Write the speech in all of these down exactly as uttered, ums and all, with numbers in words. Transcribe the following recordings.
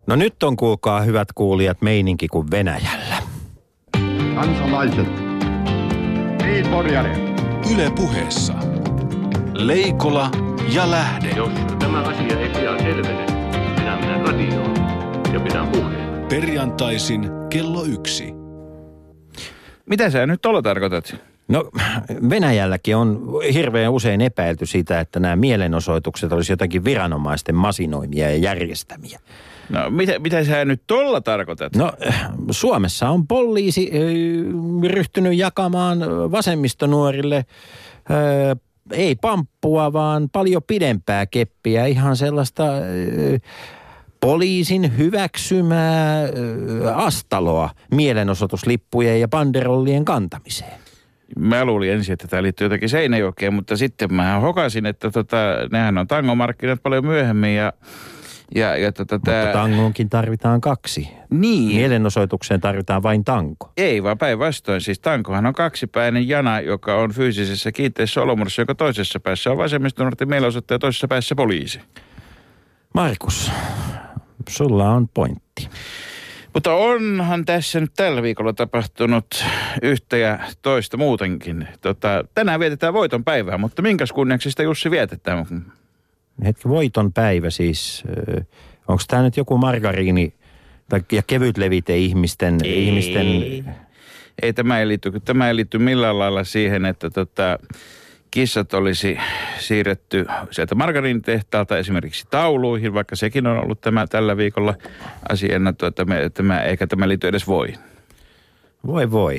No nyt on, kuulkaa hyvät kuulijat, meininki kuin Venäjällä. Kansalaiset, niin porjare. Yle Puheessa. Leikola ja Lähde. Jos tämä asia ei pian selvene, minä menen radioon ja pidän puheen. Perjantaisin kello yksi. Mitä sä nyt tuolla tarkoitat? No Venäjälläkin on hirveän usein epäilty sitä, että nämä mielenosoitukset olisi jotakin viranomaisten masinoimia ja järjestämiä. No mitä, mitä sä nyt tuolla tarkoitat? No Suomessa on poliisi äh, ryhtynyt jakamaan vasemmistonuorille äh, ei pamppua, vaan paljon pidempää keppiä, ihan sellaista äh, poliisin hyväksymää äh, astaloa mielenosoituslippujen ja banderollien kantamiseen. Mä luulin ensin, että tämä liittyy jotakin Seinäjokeen, mutta sitten mä hokasin, että tota, nehän on tangomarkkinat paljon myöhemmin ja Ja, ja tota, Mutta tää... tangoonkin tarvitaan kaksi. Niin. Mielenosoitukseen tarvitaan vain tanko. Ei vaan päinvastoin. Siis tankohan on kaksipäinen jana, joka on fyysisessä kiinteässä olomuodossa, joka toisessa päässä on vasemmistonuorten mielenosoittaja ja toisessa päässä poliisi. Markus, sulla on pointti. Mutta onhan tässä nyt tällä viikolla tapahtunut yhtä ja toista muutenkin. Tota, tänään vietetään voiton päivää, mutta minkäs kunniaksi sitä Jussi vietetään? Hetki, voiton päivä siis. Onko tämä nyt joku margariini tai, ja kevytlevite ihmisten... Ei. ihmisten... Ei, tämä ei liity, tämä ei liity millään lailla siihen, että tota, kissat olisi siirretty sieltä margariinitehtaalta esimerkiksi tauluihin, vaikka sekin on ollut tämä tällä viikolla asiana, tuota, tämä, eikä tämä liity edes voihin. Voi voi.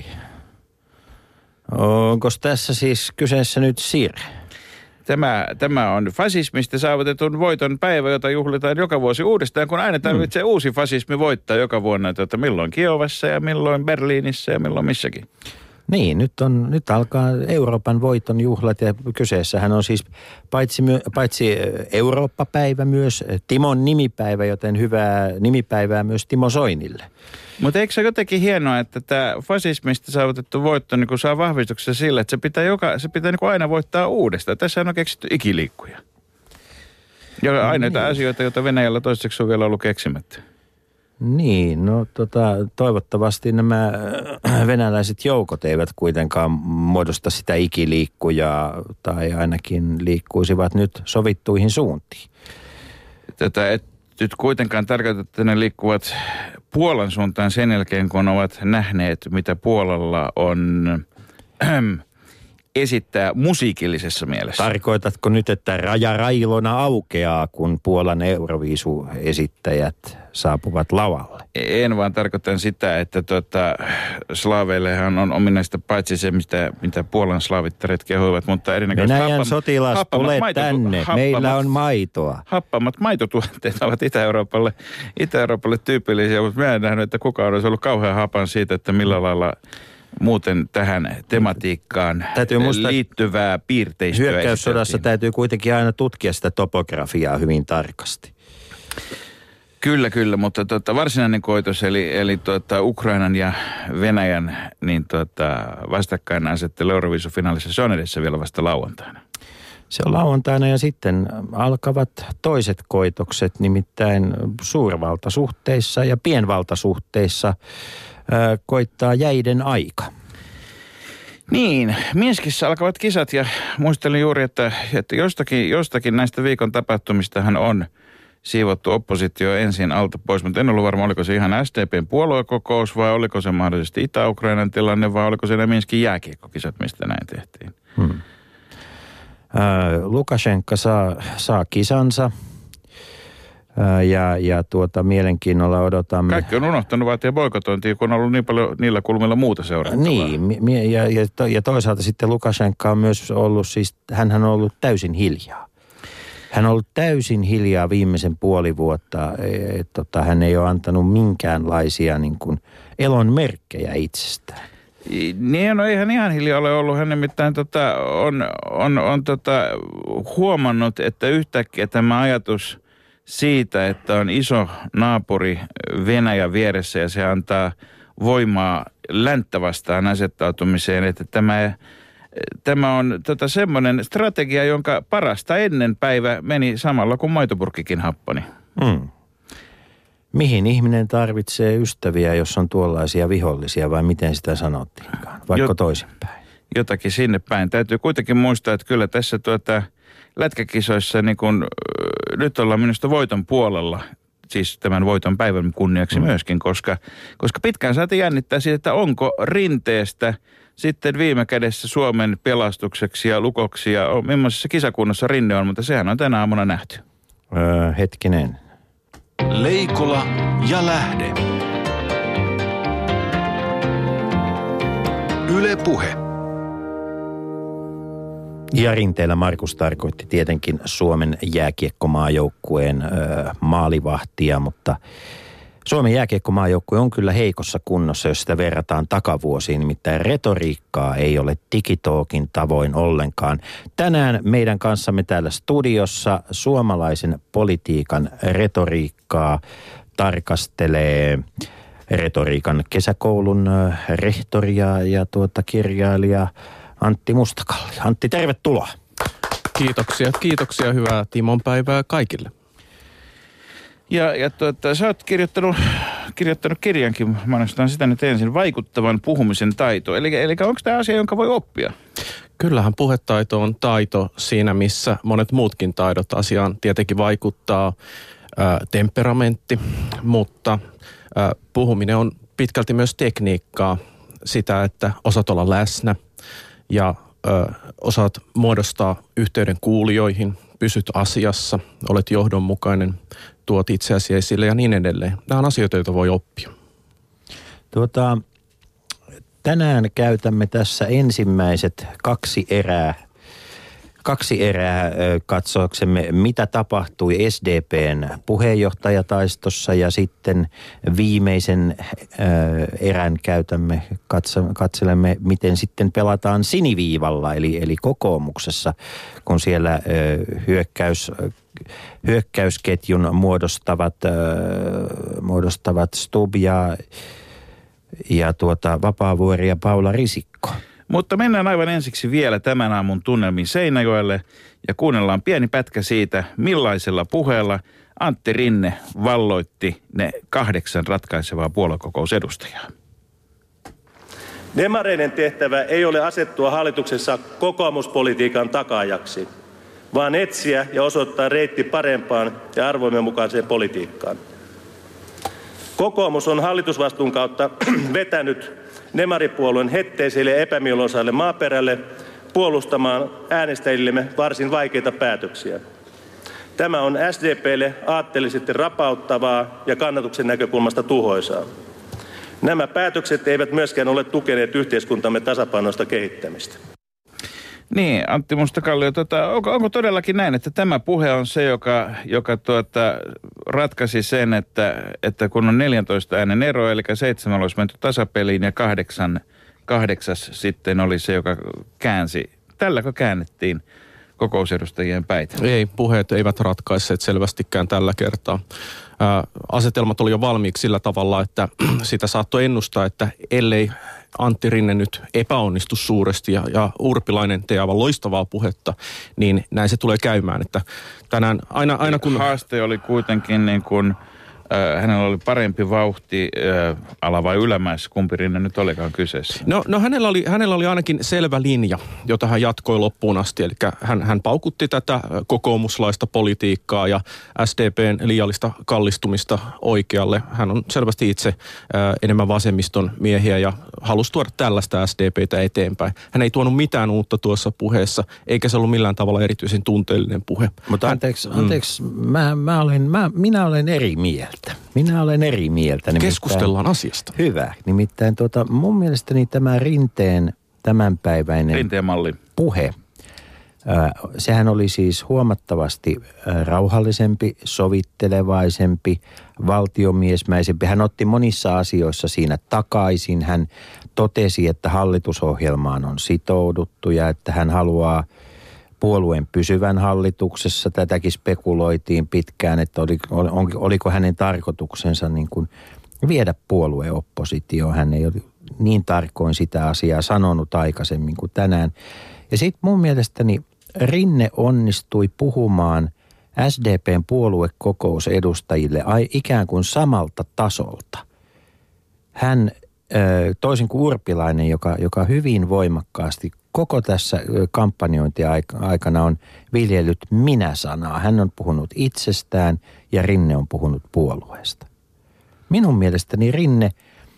Onko tässä siis kyseessä nyt siirre? Tämä, tämä on fasismista saavutetun voiton päivä, jota juhlitaan joka vuosi uudestaan, kun aina tarvitsee hmm. uusi fasismi voittaa joka vuonna, tuota, milloin Kiovassa ja milloin Berliinissä ja milloin missäkin. Niin, nyt, on, nyt alkaa Euroopan voiton juhlat ja kyseessähän on siis paitsi, paitsi Eurooppa-päivä myös Timon nimipäivä, joten hyvää nimipäivää myös Timo Soinille. Mutta eikö se jotenkin hienoa, että tämä fasismista saavutettu voitto niin saa vahvistuksia sillä, että se pitää, joka, se pitää niin aina voittaa uudestaan. Tässä on keksitty ikiliikkuja. Ja ainoita niin. asioita, joita Venäjällä toiseksi on vielä ollut keksimättä. Niin, no tota, toivottavasti nämä venäläiset joukot eivät kuitenkaan muodosta sitä ikiliikkujaa tai ainakin liikkuisivat nyt sovittuihin suuntiin. Tätä et nyt kuitenkaan tarkoita, että ne liikkuvat Puolan suuntaan sen jälkeen, kun ovat nähneet, mitä Puolalla on ähm, esittää musiikillisessa mielessä. Tarkoitatko nyt, että raja railona aukeaa, kun Puolan Euroviisu-esittäjät saapuvat lavalle? En vaan tarkoitan sitä, että tuota, slaaveillehan on ominaista paitsi se, mitä, mitä Puolan slaavittaret kehoivat, mutta erinäköiset Venäjän happam, sotilas, tule tänne, happamat, meillä on maitoa. Happamat maitotuotteet ovat Itä-Euroopalle, Itä-Euroopalle tyypillisiä, mutta mä en nähnyt, että kukaan olisi ollut kauhean hapan siitä, että millä lailla muuten tähän tematiikkaan muistaa, liittyvää piirteistöä. Hyökkäyssodassa täytyy kuitenkin aina tutkia sitä topografiaa hyvin tarkasti. Kyllä, kyllä, mutta tuota, varsinainen koitos, eli, eli tuota, Ukrainan ja Venäjän niin tuota, vastakkainasettelu Euroviisu-finaalissa, se on edessä vielä vasta lauantaina. Se on lauantaina ja sitten alkavat toiset koitokset, nimittäin suurvaltasuhteissa ja pienvaltasuhteissa ää, koittaa jäiden aika. Niin, Minskissä alkavat kisat ja muistelin juuri, että, että jostakin, jostakin näistä viikon tapahtumistahan on siivottu oppositio ensin alta pois, mutta en ollut varma, oliko se ihan S D P:n puoluekokous vai oliko se mahdollisesti Itä-Ukrainan tilanne vai oliko se ne Minskin jääkiekkokisat, mistä näin tehtiin. Hmm. Äh, Lukashenka saa, saa kisansa äh, ja, ja tuota, mielenkiinnolla odotamme. Kaikki on unohtanut vaatia boikotointia, kun on ollut niin paljon niillä kulmilla muuta seurattavaa. Niin, ja, ja, to, ja toisaalta sitten Lukashenka on myös ollut, siis hänhän on ollut täysin hiljaa. Hän on ollut täysin hiljaa viimeisen puoli vuotta. E, tota, hän ei ole antanut minkäänlaisia niin kuin elon merkkejä itsestään. Niin, no ei hän ihan hiljaa ole ollut. Hän nimittäin tota, on, on, on tota, huomannut, että yhtäkkiä tämä ajatus siitä, että on iso naapuri Venäjä vieressä ja se antaa voimaa länttä vastaan asettautumiseen, että tämä... Tämä on tota, semmoinen strategia, jonka parasta ennen päivä meni samalla kuin maitopurkkikin happani. Hmm. Mihin ihminen tarvitsee ystäviä, jos on tuollaisia vihollisia, vai miten sitä sanottiinkaan, vaikka Jot- toisinpäin? Jotakin sinne päin. Täytyy kuitenkin muistaa, että kyllä tässä tuota lätkäkisoissa niin kun, nyt ollaan minusta voiton puolella, siis tämän voiton päivän kunniaksi mm. myöskin, koska, koska pitkään saatiin jännittää siitä, että onko Rinteestä sitten viime kädessä Suomen pelastukseksi ja lukoksi ja on, millaisessa kisakunnassa Rinne on, mutta sehän on tänä aamuna nähty. Öö, hetkinen. Leikola ja Lähde. Yle Puhe. Ja Rinteellä Markus tarkoitti tietenkin Suomen jääkiekkomaajoukkueen öö, maalivahtia, mutta Suomen jääkiekkomaajoukkue on kyllä heikossa kunnossa, jos sitä verrataan takavuosiin. Nimittäin retoriikkaa ei ole TikTokin tavoin ollenkaan. Tänään meidän kanssamme täällä studiossa suomalaisen politiikan retoriikkaa tarkastelee retoriikan kesäkoulun rehtori ja, ja tuota kirjailija Antti Mustakalli. Antti, tervetuloa. Kiitoksia, kiitoksia. Hyvää Timon päivää kaikille. Ja, ja tuota, sä oot kirjoittanut, kirjoittanut kirjankin, mainostan sitä nyt ensin, vaikuttavan puhumisen taito. Eli, eli onko tämä asia, jonka voi oppia? Kyllähän puhetaito on taito siinä, missä monet muutkin taidot asiaan tietenkin vaikuttaa ää, temperamentti, mutta ää, puhuminen on pitkälti myös tekniikkaa, sitä, että osaat olla läsnä ja ää, osaat muodostaa yhteyden kuulijoihin, pysyt asiassa, olet johdonmukainen, tuot itseäsi esille ja niin edelleen. Nämä on asioita, joita voi oppia. Tuota, tänään käytämme tässä ensimmäiset kaksi erää, kaksi erää katsoaksemme, mitä tapahtui S D P:n puheenjohtajataistossa ja sitten viimeisen erän käytämme, katselemme, miten sitten pelataan siniviivalla, eli, eli kokoomuksessa, kun siellä hyökkäys hyökkäysketjun muodostavat, äh, muodostavat Stubb ja, ja tuota, Vapaavuori ja Paula Risikko. Mutta mennään aivan ensiksi vielä tämän aamun tunnelmiin Seinäjoelle ja kuunnellaan pieni pätkä siitä, millaisella puheella Antti Rinne valloitti ne kahdeksan ratkaisevaa puoluekokousedustajaa. Demareiden tehtävä ei ole asettua hallituksessa kokoomuspolitiikan takaajaksi, vaan etsiä ja osoittaa reitti parempaan ja arvoimme mukaiseen politiikkaan. Kokoomus on hallitusvastuun kautta vetänyt demaripuolueen hetteiselle ja epämieluisalle maaperälle puolustamaan äänestäjillemme varsin vaikeita päätöksiä. Tämä on S D P:lle aatteellisesti rapauttavaa ja kannatuksen näkökulmasta tuhoisaa. Nämä päätökset eivät myöskään ole tukeneet yhteiskuntamme tasapainoista kehittämistä. Niin, Antti Mustakallio, tota, onko, onko todellakin näin, että tämä puhe on se, joka, joka tuota, ratkaisi sen, että, että kun on neljäntoista äänen ero, eli seitsemän olisi menty tasapeliin ja kahdeksan, kahdeksas sitten oli se, joka käänsi. Tälläkö käännettiin kokousedustajien päitä? Ei, puheet eivät ratkaisseet selvästikään tällä kertaa. Ää, asetelmat oli jo valmiiksi sillä tavalla, että sitä saattoi ennustaa, että ellei Antti Rinne nyt epäonnistu suuresti ja, ja Urpilainen tee aivan loistavaa puhetta, niin näin se tulee käymään. Että tänään aina, aina kun... Haaste oli kuitenkin niin kuin, äh, hänellä oli parempi vauhti äh, ala- vai ylämäessä, kumpi Rinne nyt olikaan kyseessä? No, no hänellä, oli, hänellä oli ainakin selvä linja, jota hän jatkoi loppuun asti. Eli hän, hän paukutti tätä kokoomuslaista politiikkaa ja S D P:n liiallista kallistumista oikealle. Hän on selvästi itse ää, enemmän vasemmiston miehiä ja halusi tuoda tällaista S D P:tä eteenpäin. Hän ei tuonut mitään uutta tuossa puheessa, eikä se ollut millään tavalla erityisen tunteellinen puhe. Mutta anteeksi, hän, anteeksi mm. mä, mä olen, mä, minä olen eri mieltä. Minä olen eri mieltä. Nimittäin, keskustellaan asiasta. Hyvä. Nimittäin tuota, mun mielestäni tämä Rinteen tämänpäiväinen Rinteen malli. puhe, äh, sehän oli siis huomattavasti äh, rauhallisempi, sovittelevaisempi, valtiomiesmäisempi. Hän otti monissa asioissa siinä takaisin. Hän totesi, että hallitusohjelmaan on sitouduttu ja että hän haluaa puolueen pysyvän hallituksessa. Tätäkin spekuloitiin pitkään, että oli, oliko hänen tarkoituksensa niin kuin viedä puolueen oppositioon. Hän ei ole niin tarkoin sitä asiaa sanonut aikaisemmin kuin tänään. Ja sitten mun mielestäni Rinne onnistui puhumaan S D P:n puoluekokousedustajille ikään kuin samalta tasolta. Hän, toisin kuin Urpilainen, joka, joka hyvin voimakkaasti koko tässä kampanjointiaikana on viljellyt minä-sanaa. Hän on puhunut itsestään ja Rinne on puhunut puolueesta. Minun mielestäni Rinne,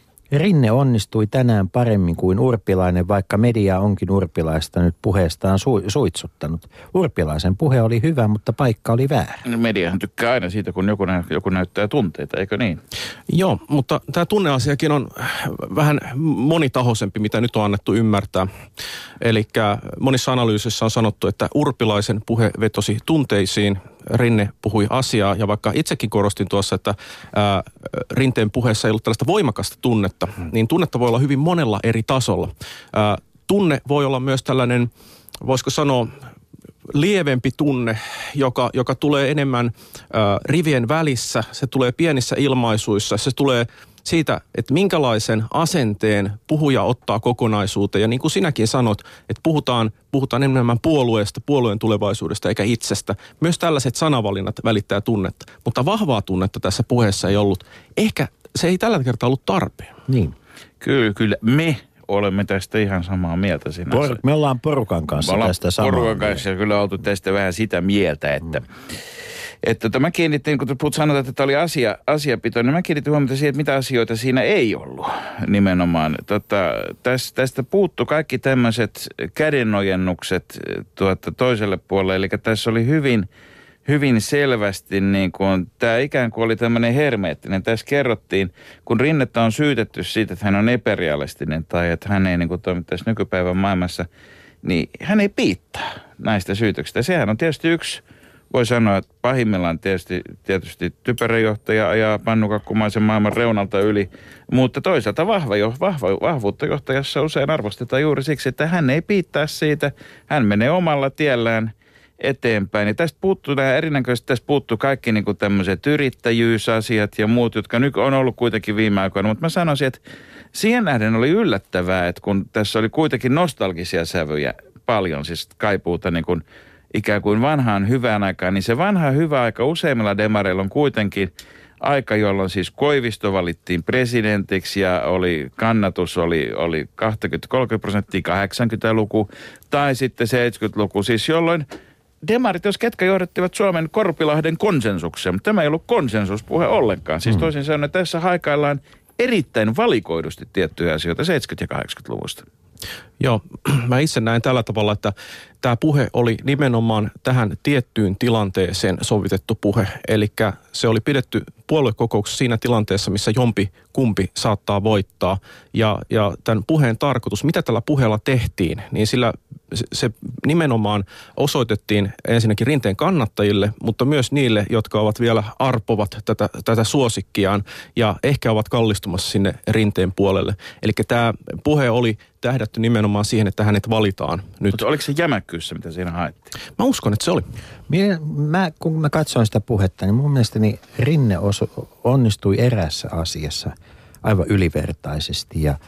Rinne onnistui tänään paremmin kuin Urpilainen, vaikka media onkin Urpilaista nyt puheestaan su, suitsuttanut. Urpilaisen puhe oli hyvä, mutta paikka oli väärä. Mediahan tykkää aina siitä, kun joku, nä, joku näyttää tunteita, eikö niin? Joo, mutta tämä tunneasiakin on vähän monitahoisempi, mitä nyt on annettu ymmärtää. Eli monissa analyysissä on sanottu, että Urpilaisen puhe vetosi tunteisiin, Rinne puhui asiaa, ja vaikka itsekin korostin tuossa, että ää, Rinteen puheessa ei ollut tällaista voimakasta tunnetta, niin tunnetta voi olla hyvin monella eri tasolla. Ää, tunne voi olla myös tällainen, voisiko sanoa, lievempi tunne, joka, joka tulee enemmän ää, rivien välissä, se tulee pienissä ilmaisuissa, se tulee siitä, että minkälaisen asenteen puhuja ottaa kokonaisuuteen. Ja niin kuin sinäkin sanot, että puhutaan, puhutaan enemmän puolueesta, puolueen tulevaisuudesta eikä itsestä. Myös tällaiset sanavalinnat välittää tunnetta. Mutta vahvaa tunnetta tässä puheessa ei ollut. Ehkä se ei tällä kertaa ollut tarpeen. Niin. Kyllä, kyllä. Me olemme tästä ihan samaa mieltä sinänsä. Por, me ollaan porukan kanssa me tästä samaa porukan kanssa ja kyllä oltu tästä vähän sitä mieltä, että... Mm. Että tota, mä kiinnitin, kun puhut sanotaan, että tämä oli asia, asiapito, niin mä kiinnitin huomiota siihen, että mitä asioita siinä ei ollut nimenomaan. Tota, tästä, tästä puuttu kaikki tämmöiset kädenojennukset tuota, toiselle puolelle, eli tässä oli hyvin, hyvin selvästi, niin kuin, tämä ikään kuin oli tämmöinen hermeettinen. Tässä kerrottiin, kun Rinnettä on syytetty siitä, että hän on epärealistinen tai että hän ei niin kuin toimi tässä nykypäivän maailmassa, niin hän ei piittaa näistä syytöksistä. Sehän on tietysti yksi... Voi sanoa, että pahimmillaan tietysti, tietysti typeräjohtaja ajaa pannukakkumaisen maailman reunalta yli, mutta toisaalta vahva, vahva, vahvuutta johtajassa usein arvostetaan juuri siksi, että hän ei piittaa siitä, hän menee omalla tiellään eteenpäin. Ja tästä puuttuu nämä erinäköisesti, tästä puuttuu kaikki niin kuin tämmöiset yrittäjyysasiat ja muut, jotka nyt on ollut kuitenkin viime aikoina, mutta mä sanoisin, että siihen nähden oli yllättävää, että kun tässä oli kuitenkin nostalgisia sävyjä paljon, siis kaipuuta niin kuin ikään kuin vanhaan hyvään aikaan, niin se vanha hyvä aika useimmilla demareilla on kuitenkin aika, jolloin siis Koivisto valittiin presidentiksi ja oli, kannatus oli, oli kaksikymmentä kolmekymmentä prosenttia kahdeksankymmentäluku tai sitten seitsemänkymmentäluku, siis jolloin demarit, jos ketkä johdattivat Suomen Korpilahden konsensukseen, mutta tämä ei ollut konsensuspuhe ollenkaan. Siis toisin sanoen, että tässä haikaillaan erittäin valikoidusti tiettyjä asioita seitsemänkymmentä- ja kahdeksankymmentäluvusta. Joo, mä itse näen tällä tavalla, että tämä puhe oli nimenomaan tähän tiettyyn tilanteeseen sovitettu puhe. Eli se oli pidetty puoluekokouksessa siinä tilanteessa, missä jompi kumpi saattaa voittaa. Ja, ja tämän puheen tarkoitus, mitä tällä puheella tehtiin, niin sillä se nimenomaan osoitettiin ensinnäkin Rinteen kannattajille, mutta myös niille, jotka ovat vielä arpovat tätä, tätä suosikkiaan ja ehkä ovat kallistumassa sinne Rinteen puolelle. Eli tämä puhe oli tähdätty nimenomaan siihen, että hänet valitaan nyt. Mutta oliko se jämäkkyyssä, mitä siinä haettiin? Mä uskon, että se oli. Mie, mä, kun mä katsoin sitä puhetta, niin mun mielestäni Rinne osu, onnistui eräässä asiassa aivan ylivertaisesti. Ja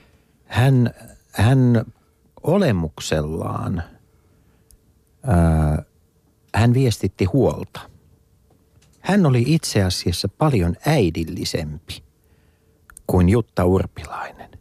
hän, hän olemuksellaan, ää, hän viestitti huolta. Hän oli itse asiassa paljon äidillisempi kuin Jutta Urpilainen.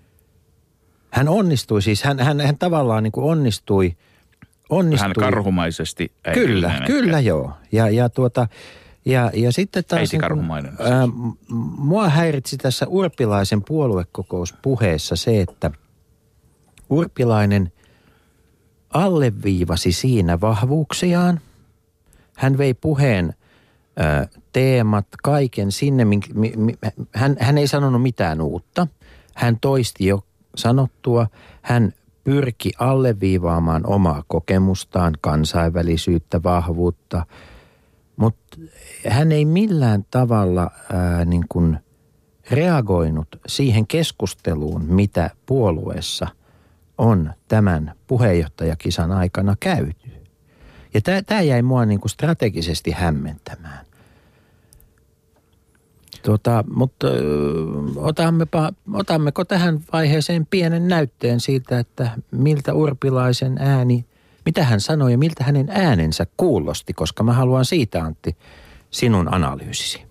Hän onnistui siis, hän, hän, hän tavallaan niin kuin onnistui, onnistui. Hän karhumaisesti äidillinen. Kyllä, ehkä. Kyllä joo. Ja, ja, tuota, ja, ja sitten taas äiti karhumainen. Niin ää, mua häiritsi tässä Urpilaisen puoluekokouspuheessa se, että Urpilainen alleviivasi siinä vahvuuksiaan. Hän vei puheen ää, teemat, kaiken sinne. Mi, mi, mi, hän, hän ei sanonut mitään uutta. Hän toisti jo sanottua. Hän pyrki alleviivaamaan omaa kokemustaan, kansainvälisyyttä, vahvuutta. Mutta hän ei millään tavalla ää, niin kuin reagoinut siihen keskusteluun, mitä puolueessa on tämän puheenjohtajakisan aikana käyty. Ja tämä jäi mua niin kuin strategisesti hämmentämään. Tota, mutta otammepa, otammeko tähän vaiheeseen pienen näytteen siitä, että miltä Urpilaisen ääni mitä hän sanoi ja miltä hänen äänensä kuulosti, koska mä haluan siitä, Antti, sinun analyysisi.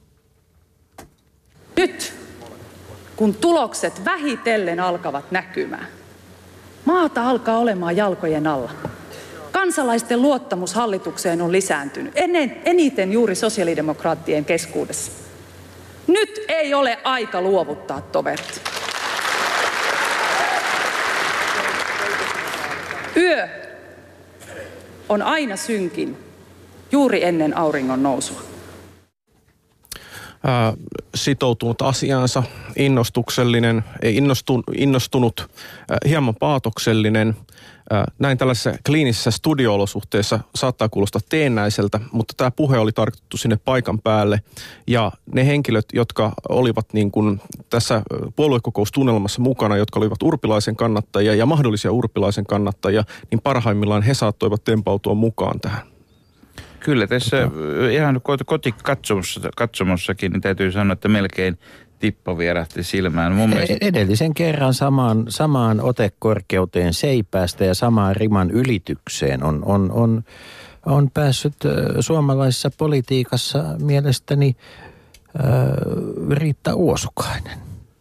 Nyt, kun tulokset vähitellen alkavat näkymään, maata alkaa olemaan jalkojen alla. Kansalaisten luottamus hallitukseen on lisääntynyt, ennen, eniten juuri sosiaalidemokraattien keskuudessa. Nyt ei ole aika luovuttaa, toverit. Yö on aina synkin juuri ennen auringon nousua. Ää, sitoutunut asiaansa, innostuksellinen, ei innostu, innostunut, ää, hieman paatoksellinen. Ää, näin tällaisessa kliinisessä studio-olosuhteessa saattaa kuulostaa teennäiseltä, mutta tämä puhe oli tarkoitettu sinne paikan päälle. Ja ne henkilöt, jotka olivat niin kuin tässä puoluekokoustunnelmassa mukana, jotka olivat Urpilaisen kannattajia ja mahdollisia Urpilaisen kannattajia, niin parhaimmillaan he saattoivat tempautua mukaan tähän. Kyllä, tässä ihan kotikatsomossakin niin täytyy sanoa, että melkein tippa vierähti silmään. Mun mielestä... Edellisen kerran samaan, samaan otekorkeuteen seipäästä ja samaan riman ylitykseen on, on, on, on päässyt suomalaisessa politiikassa mielestäni äh, Riitta Uosukainen.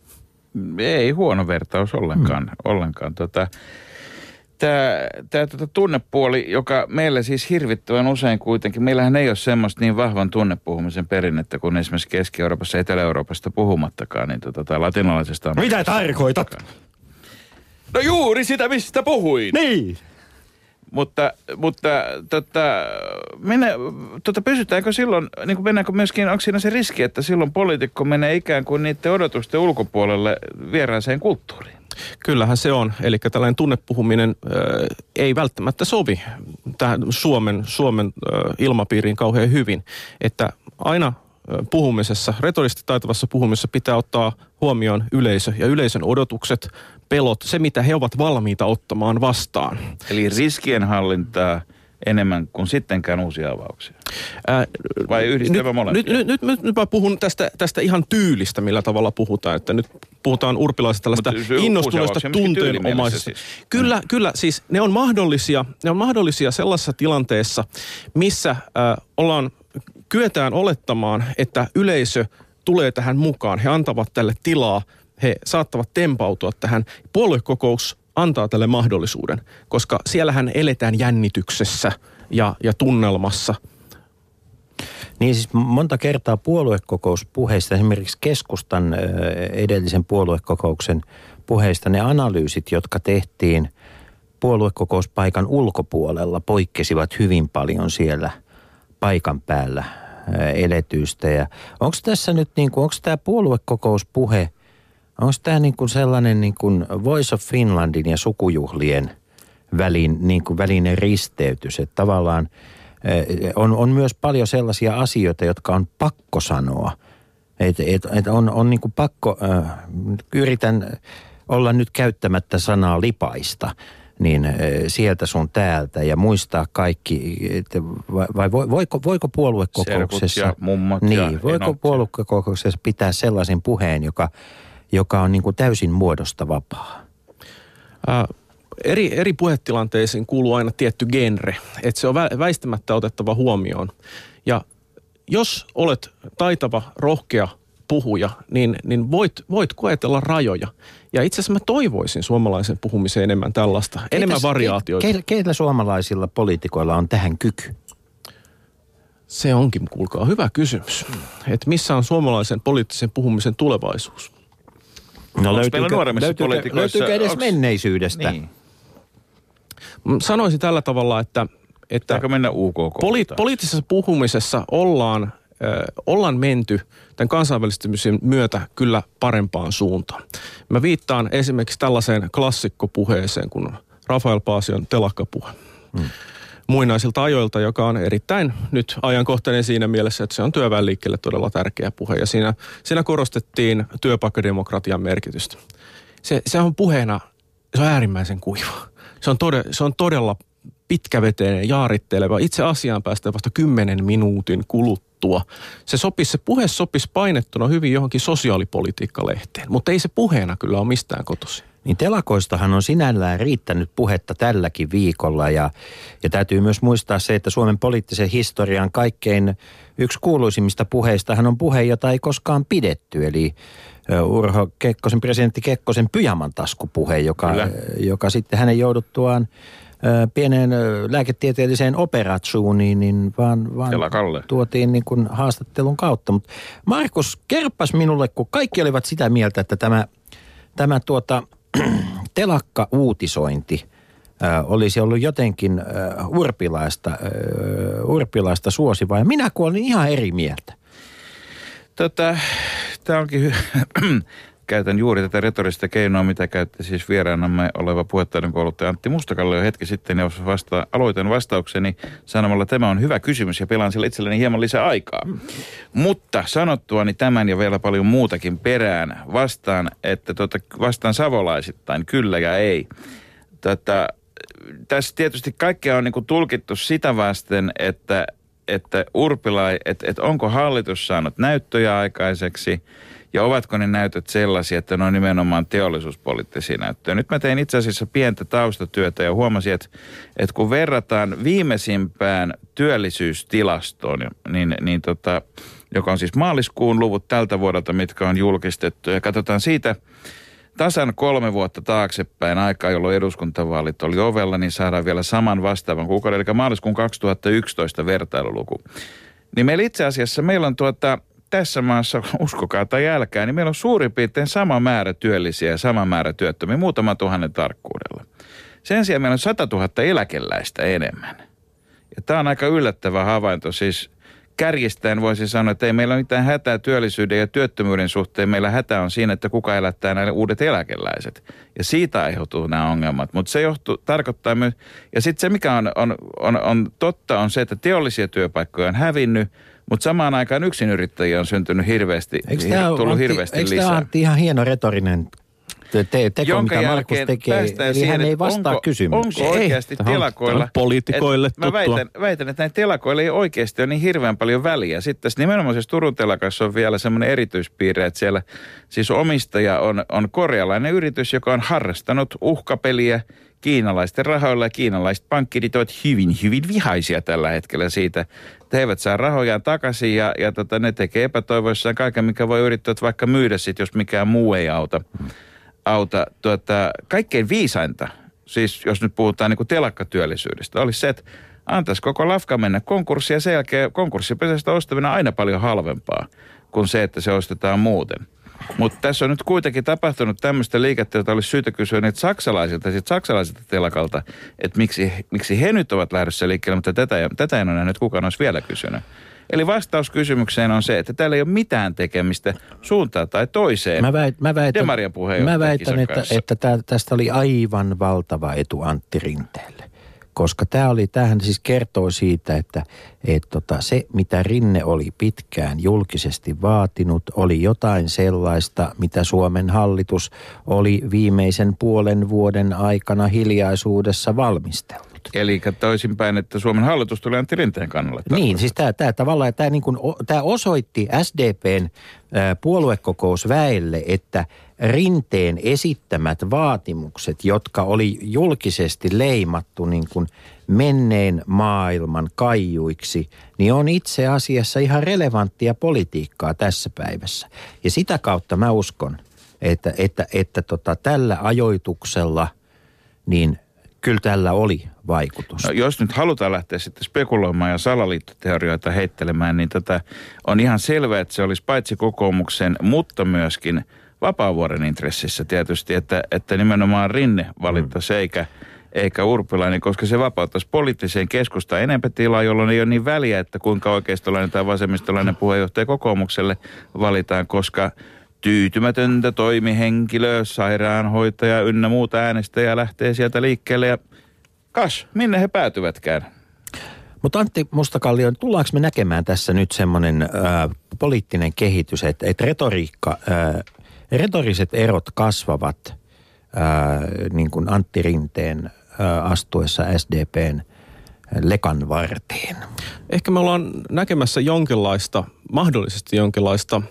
Ei huono vertaus ollenkaan. Hmm. ollenkaan tota, Tämä, tämä tota tunnepuoli, joka meillä siis hirvittävän usein kuitenkin, meillähän ei ole semmoista niin vahvan tunnepuhumisen perinnettä kuin esimerkiksi Keski-Euroopassa, Etelä-Euroopasta puhumattakaan, niin tota, tai latinalaisesta... Mitä tarkoitat? No juuri sitä, mistä puhuin. Niin. Mutta, mutta tota, mene, tota, pysytäänkö silloin, niin kuin mennäänkö myöskin, onko siinä se riski, että silloin poliitikko menee ikään kuin niiden odotusten ulkopuolelle vieraaseen kulttuuriin? Kyllähän se on. Eli tällainen tunnepuhuminen äh, ei välttämättä sovi tähän Suomen, Suomen äh, ilmapiiriin kauhean hyvin. Että aina äh, puhumisessa, retorisesti taitavassa puhumisessa pitää ottaa huomioon yleisö ja yleisön odotukset, pelot, se mitä he ovat valmiita ottamaan vastaan. Eli riskienhallintaa enemmän kuin sittenkään uusia avauksia? Ää, Vai yhdistelmä molempia? Nyt, nyt, nyt, nyt mä puhun tästä, tästä ihan tyylistä, millä tavalla puhutaan. Että nyt puhutaan Urpilaisesta tällaista innostuneesta tunteenomaisesta. Siis. Kyllä, mm. kyllä. Siis ne on mahdollisia, ne on mahdollisia sellaisessa tilanteessa, missä äh, ollaan, kyetään olettamaan, että yleisö tulee tähän mukaan. He antavat tälle tilaa, he saattavat tempautua tähän. Puoluekokous antaa tälle mahdollisuuden, koska siellähän eletään jännityksessä ja, ja tunnelmassa. Niin siis monta kertaa puoluekokouspuheista, esimerkiksi keskustan edellisen puoluekokouksen puheista, ne analyysit, jotka tehtiin puoluekokouspaikan ulkopuolella, poikkesivat hyvin paljon siellä paikan päällä eletyistä. Ja onko tässä nyt niin kuin, onko tämä puoluekokouspuhe, onko tämä niin kuin sellainen niin kuin Voice of Finlandin ja sukujuhlien välin, niin kuin välinen risteytys, että tavallaan on, on myös paljon sellaisia asioita, jotka on pakko sanoa. Että et, et on, on niin kuin pakko, äh, yritän olla nyt käyttämättä sanaa lipaista, niin äh, sieltä sun täältä ja muistaa kaikki, että vai, vai voiko, voiko puoluekokouksessa, ja mummot niin, ja voiko puoluekokouksessa pitää sellaisen puheen, joka, joka on niin kuin täysin muodosta vapaa? Äh. Eri, eri puhetilanteisiin kuuluu aina tietty genre, että se on väistämättä otettava huomioon. Ja jos olet taitava, rohkea puhuja, niin, niin voit, voit koetella rajoja. Ja itse asiassa mä toivoisin suomalaisen puhumiseen enemmän tällaista, keitä, enemmän variaatioita. Keillä, keillä suomalaisilla poliitikoilla on tähän kyky? Se onkin, kuulkaa, hyvä kysymys. Että missä on suomalaisen poliittisen puhumisen tulevaisuus? No löytyykö, löytyykö, löytyykö edes onks, menneisyydestä? Niin. Sanoisin tällä tavalla, että, että mennä U K K poli- poliittisessa puhumisessa ollaan, äh, ollaan menty tämän kansainvälistymisen myötä kyllä parempaan suuntaan. Mä viittaan esimerkiksi tällaiseen klassikkopuheeseen kuin Rafael Paasion telakkapuhe. Hmm. Muinaisilta ajoilta, joka on erittäin nyt ajankohtainen siinä mielessä, että se on työväenliikkeelle todella tärkeä puhe. Ja siinä, siinä korostettiin työpaikkademokratian merkitystä. Se, se on puheena, se on äärimmäisen kuiva. Se on, tode, se on todella pitkäveteinen, jaaritteleva. Itse asiaan päästään vasta kymmenen minuutin kuluttua. Se, sopisi, se puhe sopisi painettuna hyvin johonkin sosiaalipolitiikkalehteen, mutta ei se puheena kyllä ole mistään kotoisin. Niin telakoistahan on sinällään riittänyt puhetta tälläkin viikolla ja, ja täytyy myös muistaa se, että Suomen poliittisen historian kaikkein yksi kuuluisimmista puheistahan on puhe, jota ei koskaan pidetty. Eli Urho Kekkosen, presidentti Kekkosen pyjamantaskupuhe, joka, joka sitten hänen jouduttuaan pieneen lääketieteelliseen operatsuuniin, niin vaan, vaan tuotiin niin kuin haastattelun kautta. Mutta Markus, kerppas minulle, kun kaikki olivat sitä mieltä, että tämä, tämä tuota, telakka-uutisointi ää, olisi ollut jotenkin ää, urpilaista, ää, urpilaista suosivaa. Ja minä kuolin ihan eri mieltä. Tota, tämä onkin hyvä. Käytän juuri tätä retorista keinoa, mitä käytti siis vieraanamme oleva puhetaidon kouluttaja Antti Mustakallio jo hetki sitten, ja vasta, aloitan vastaukseni sanomalla, että tämä on hyvä kysymys ja pelaan sillä itselleni hieman lisää aikaa. Mm. Mutta sanottuani tämän ja vielä paljon muutakin perään vastaan, että tota, vastaan savolaisittain kyllä ja ei. Tota, tässä tietysti kaikkea on niin kuin tulkittu sitä vasten, että, että Urpila, että, että onko hallitus saanut näyttöjä aikaiseksi, ja ovatko ne näytöt sellaisia, että ne on nimenomaan teollisuuspoliittisia näyttöjä. Nyt mä tein itse asiassa pientä taustatyötä ja huomasin, että, että kun verrataan viimeisimpään työllisyystilastoon, niin, niin tota, joka on siis maaliskuun luvut tältä vuodelta, mitkä on julkistettu, ja katsotaan siitä tasan kolme vuotta taaksepäin aikaa, jolloin eduskuntavaalit oli ovella, niin saadaan vielä saman vastaavan kuukauden, eli maaliskuun kaksituhattayksitoista vertailuluku. Niin meillä itse asiassa, meillä on tuota... tässä maassa, uskokaa tai älkää, niin meillä on suurin piirtein sama määrä työllisiä ja sama määrä työttömiä, muutaman tuhannen tarkkuudella. Sen sijaan meillä on satatuhatta eläkeläistä enemmän. Ja tämä on aika yllättävä havainto. Siis kärjistäen voisin sanoa, että ei meillä ole mitään hätää työllisyyden ja työttömyyden suhteen. Meillä hätä on siinä, että kuka elättää näille uudet eläkeläiset. Ja siitä aiheutuu nämä ongelmat. Mutta se johtuu, tarkoittaa myös, ja sitten se mikä on, on, on, on totta on se, että teollisia työpaikkoja on hävinnyt, mutta samaan aikaan yksinyrittäjiä on syntynyt hirveästi, tullut Antti, hirveästi eikö lisää. Eikö tämä Antti ihan hieno retorinen te- te- teko, jonka mitä Markus tekee? Eli siihen, hän ei vastaa onko, kysymykseen. Onko oikeasti ei, telakoilla? Poliitikoille et, tuttua. Mä väitän, väitän, että näin telakoilla ei oikeasti ole niin hirveän paljon väliä. Sitten tässä nimenomaan siis Turun telakassa on vielä semmoinen erityispiirre, että siellä siis omistaja on, on korealainen yritys, joka on harrastanut uhkapeliä kiinalaisten rahoilla, ja kiinalaiset pankkirit ovat hyvin, hyvin vihaisia tällä hetkellä siitä, että he eivät saa rahojaan takaisin ja, ja tota, ne tekee epätoivoissaan kaiken, mikä voi yrittää vaikka myydä sitten, jos mikään muu ei auta. auta tuota, kaikkein viisainta, siis jos nyt puhutaan niin kuin telakkatyöllisyydestä, olisi se, että antaisi koko lafka mennä konkurssiin ja sen jälkeen konkurssipesästä ostaminen on aina paljon halvempaa kuin se, että se ostetaan muuten. Mutta tässä on nyt kuitenkin tapahtunut tämmöistä liikettä, jota olisi syytä kysyä niitä saksalaisilta, sit saksalaisilta telakalta, että miksi, miksi he nyt ovat lähdössä liikkeelle, mutta tätä, tätä en ole nähnyt, kukaan olisi vielä kysynyt. Eli vastaus kysymykseen on se, että täällä ei ole mitään tekemistä suuntaan tai toiseen. Mä, väit, mä väitän, Demaria puheenjohtaja mä väitän että, että tää, tästä oli aivan valtava etu Antti Rinteelle. Koska tämä oli, tämähän siis kertoo siitä, että et tota, se mitä Rinne oli pitkään julkisesti vaatinut, oli jotain sellaista, mitä Suomen hallitus oli viimeisen puolen vuoden aikana hiljaisuudessa valmistellut. Eli toisinpäin, että Suomen hallitus tuli Antti Rinteen kannalle. Niin, siis tämä, tämä tavallaan, tämä, niin kuin, tämä osoitti S D P:n puoluekokousväelle, että Rinteen esittämät vaatimukset, jotka oli julkisesti leimattu niin kuin menneen maailman kaijuiksi, niin on itse asiassa ihan relevanttia politiikkaa tässä päivässä. Ja sitä kautta mä uskon, että, että, että tota, tällä ajoituksella niin kyllä tällä oli vaikutusta. No, jos nyt halutaan lähteä sitten spekuloimaan ja salaliittoteorioita heittelemään, niin tätä on ihan selvää, että se olisi paitsi kokoomuksen, mutta myöskin Vapaavuoren intressissä tietysti, että, että nimenomaan Rinne valittaisi mm. eikä, eikä Urpilainen, koska se vapauttaisi poliittiseen keskustaan enemmän tilaa, jolloin ei ole niin väliä, että kuinka oikeistolainen tai vasemmistolainen puheenjohtaja kokoomukselle valitaan, koska tyytymätöntä toimihenkilöä, sairaanhoitaja ynnä muuta äänestäjää lähtee sieltä liikkeelle ja kas, minne he päätyvätkään. Mutta Antti Mustakallio, tullaanko me näkemään tässä nyt semmoinen poliittinen kehitys, että et retoriikka, ää, retoriset erot kasvavat ää, niin kuin Antti Rinteen ää, astuessa S D P:n lekan varteen? Ehkä me ollaan näkemässä jonkinlaista, mahdollisesti jonkinlaista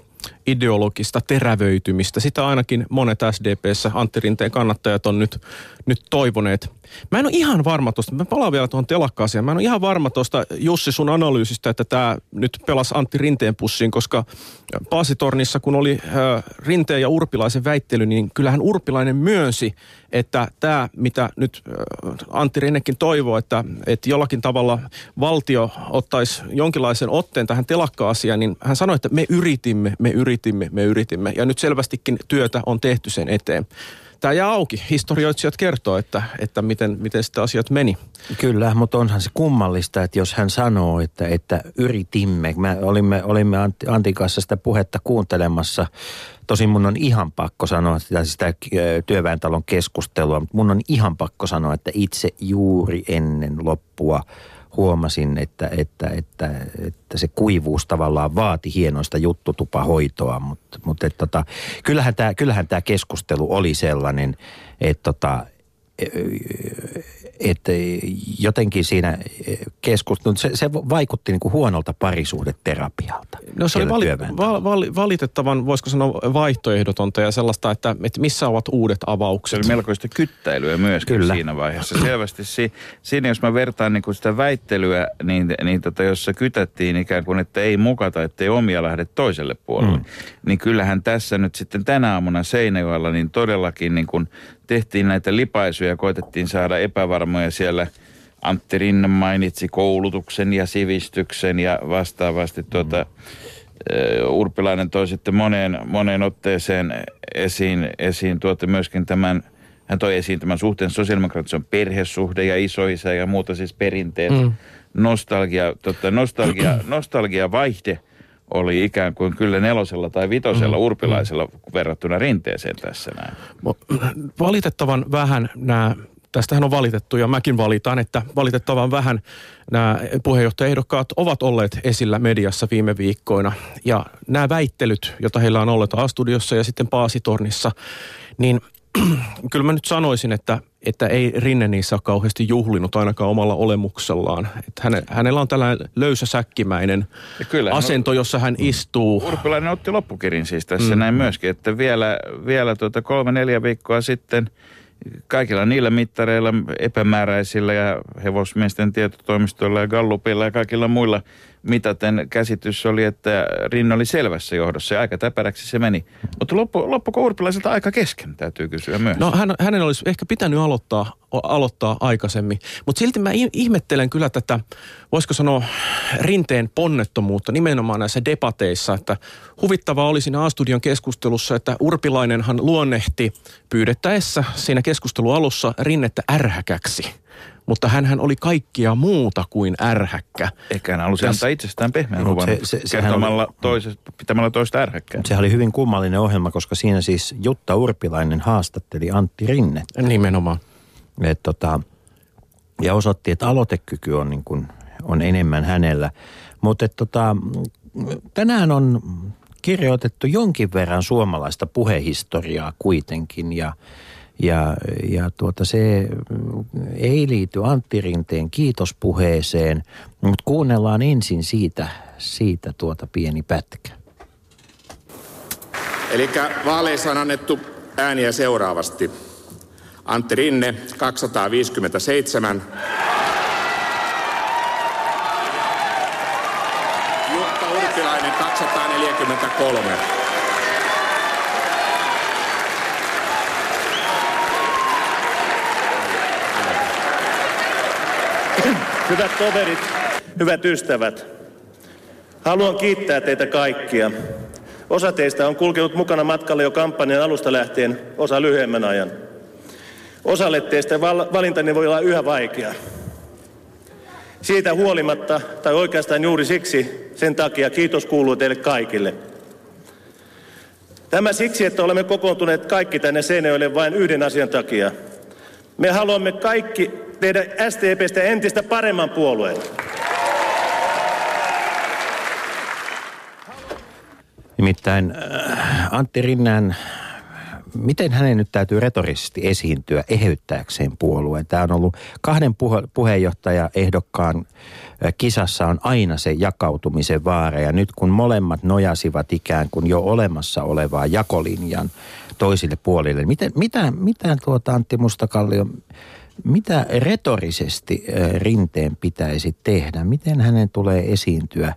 ideologista terävöitymistä. Sitä ainakin monet S D P:ssä Antti Rinteen kannattajat on nyt, nyt toivoneet. Mä en ole ihan varma tuosta, mä palaan vielä tuohon telakka-asiaan, mä en ole ihan varma tuosta Jussi sun analyysistä, että tämä nyt pelasi Antti Rinteen pussiin, koska Paasitornissa kun oli äh, Rinteen ja Urpilaisen väittely, niin kyllähän Urpilainen myönsi, että tämä mitä nyt äh, Antti Rinnekin toivoo, että, että jollakin tavalla valtio ottaisi jonkinlaisen otteen tähän telakka-asiaan, niin hän sanoi, että me yritimme, me yritimme, me yritimme ja nyt selvästikin työtä on tehty sen eteen. Tämä jää auki. Historioitsijat kertoo, että, että miten, miten sitä asiat meni. Kyllä, mutta onhan se kummallista, että jos hän sanoo, että, että yritimme. Me olimme, olimme Antin kanssa sitä puhetta kuuntelemassa. Tosin mun on ihan pakko sanoa sitä, sitä työväentalon keskustelua, mutta mun on ihan pakko sanoa, että itse juuri ennen loppua huomasin, että, että, että, että se kuivuus tavallaan vaati hienoista juttutupahoitoa, mutta, mutta että, tota, kyllähän tämä kyllähän tämä keskustelu oli sellainen, että, tota, että jotenkin siinä keskustelussa, se, se vaikutti niin kuin huonolta parisuhdeterapialta. No se oli vali, val, val, valitettavan, voisiko sanoa vaihtoehdotonta ja sellaista, että, että missä ovat uudet avaukset. Se oli melkoista kyttäilyä myöskin Kyllä. siinä vaiheessa. Selvästi si, siinä, jos mä vertaan niin kuin sitä väittelyä, niin, niin tota, jossa kytättiin ikään kuin, että ei mukata, ettei omia lähde toiselle puolelle. Mm. Niin kyllähän tässä nyt sitten tänä aamuna Seinäjoella niin todellakin niin kuin tehtiin näitä lipaisuja ja koetettiin saada epävarmoja siellä. Antti Rinne mainitsi koulutuksen ja sivistyksen ja vastaavasti tuota, uh, Urpilainen toi sitten moneen, moneen otteeseen esiin, esiin tuota myöskin tämän, hän toi esiin tämän suhteen sosiaalidemokraattisen perhesuhde ja isoisä ja muuta siis perinteet. Mm. Nostalgia, tota, nostalgia, nostalgia vaihde oli ikään kuin kyllä nelosella tai vitosella mm. Urpilaisella verrattuna Rinteeseen tässä näin. Valitettavan vähän nämä, tästähän on valitettu ja mäkin valitaan, että valitettavan vähän nämä puheenjohtajaehdokkaat ovat olleet esillä mediassa viime viikkoina. Ja nämä väittelyt, joita heillä on ollut A-studiossa ja sitten Paasitornissa, niin kyllä mä nyt sanoisin, että, että ei Rinne niissä ole kauheasti juhlinut ainakaan omalla olemuksellaan. Että häne, hänellä on tällainen löysäsäkkimäinen asento, jossa hän istuu. Urpilainen otti loppukirin siis tässä mm. näin myöskin, että vielä, vielä tuota kolme neljä viikkoa sitten kaikilla niillä mittareilla, epämääräisillä ja hevosmiesten tietotoimistoilla ja Gallupilla ja kaikilla muilla mitaten käsitys oli, että Rinne oli selvässä johdossa ja aika täpäräksi se meni. Mutta loppu, loppuko Urpilaiselta aika kesken, täytyy kysyä myös. No hän, hänen olisi ehkä pitänyt aloittaa, aloittaa aikaisemmin, mutta silti mä ihmettelen kyllä tätä, voisiko sanoa Rinteen ponnettomuutta nimenomaan näissä debateissa, että huvittavaa oli siinä A-studion keskustelussa, että Urpilainenhan luonnehti pyydettäessä siinä keskustelun alussa Rinnettä ärhäkäksi. Mutta hänhän oli kaikkia muuta kuin ärhäkkä. Eikä hän halusi antaa itsestään pehmeän luvan se, se, kertomalla oli, toisesta, pitämällä toista ärhäkkää. Sehän oli hyvin kummallinen ohjelma, koska siinä siis Jutta Urpilainen haastatteli Antti Rinnettä. Nimenomaan. Et tota, ja osoitti, että aloitekyky on, niin kuin, on enemmän hänellä. Mutta tota, tänään on kirjoitettu jonkin verran suomalaista puhehistoriaa kuitenkin ja Ja, ja tuota se ei liity Antti Rinteen kiitospuheeseen, mutta kuunnellaan ensin siitä, siitä tuota pieni pätkä. Elikkä vaaleissa on annettu ääniä seuraavasti. Antti Rinne kaksisataaviisikymmentäseitsemän. Jutta Urpilainen kaksisataaneljäkymmentäkolme. Hyvät toverit, hyvät ystävät, haluan kiittää teitä kaikkia. Osa teistä on kulkenut mukana matkalla jo kampanjan alusta lähtien, osa lyhyemmän ajan. Osalle teistä val- valintani voi olla yhä vaikea. Siitä huolimatta, tai oikeastaan juuri siksi, sen takia kiitos kuuluu teille kaikille. Tämä siksi, että olemme kokoontuneet kaikki tänne Seinäjoelle vain yhden asian takia. Me haluamme kaikki tehdä S D P:stä entistä paremman puolueen. Nimittäin äh, Antti Rinnän miten hänen nyt täytyy retorisesti esiintyä eheyttääkseen puolueen? Tämä on ollut kahden puhe- puheenjohtajaehdokkaan kisassa on aina se jakautumisen vaara. Ja nyt kun molemmat nojasivat ikään kuin jo olemassa olevaa jakolinjan toisille puolille, miten, mitä, mitä tuota Antti Mustakallio, mitä retorisesti Rinteen pitäisi tehdä? Miten hänen tulee esiintyä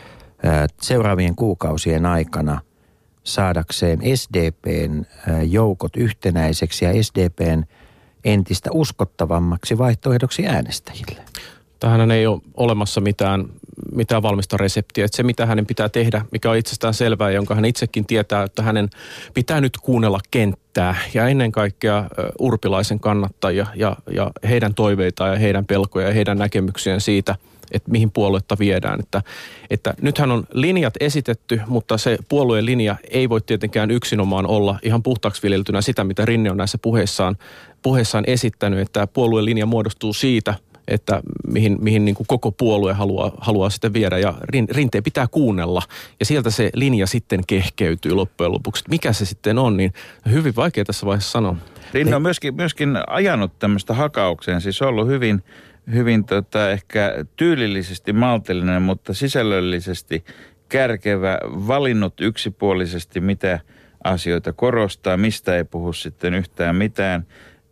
seuraavien kuukausien aikana saadakseen S D P:n joukot yhtenäiseksi ja S D P:n entistä uskottavammaksi vaihtoehdoksi äänestäjille? Tähän ei ole olemassa mitään, mitään valmista reseptiä. Että se, mitä hänen pitää tehdä, mikä on itsestään selvää, jonka hän itsekin tietää, että hänen pitää nyt kuunnella kenttää ja ennen kaikkea Urpilaisen kannattajia ja, ja heidän toiveitaan ja heidän pelkoja ja heidän näkemyksiään siitä, että mihin puoluetta viedään. Että, että nythän on linjat esitetty, mutta se puolueen linja ei voi tietenkään yksinomaan olla ihan puhtaaksi viljeltynä sitä, mitä Rinne on näissä puheissaan, puheissaan esittänyt, että puolueen linja muodostuu siitä, että mihin, mihin niin kuin koko puolue haluaa, haluaa sitä viedä ja Rinteen pitää kuunnella ja sieltä se linja sitten kehkeytyy loppujen lopuksi. Mikä se sitten on, niin hyvin vaikea tässä vaiheessa sanoa. Rinne on myöskin, myöskin ajanut tämmöistä hakaukseen, siis ollut hyvin, hyvin tota, ehkä tyylillisesti maltillinen, mutta sisällöllisesti kärkevä, valinnut yksipuolisesti mitä asioita korostaa, mistä ei puhu sitten yhtään mitään.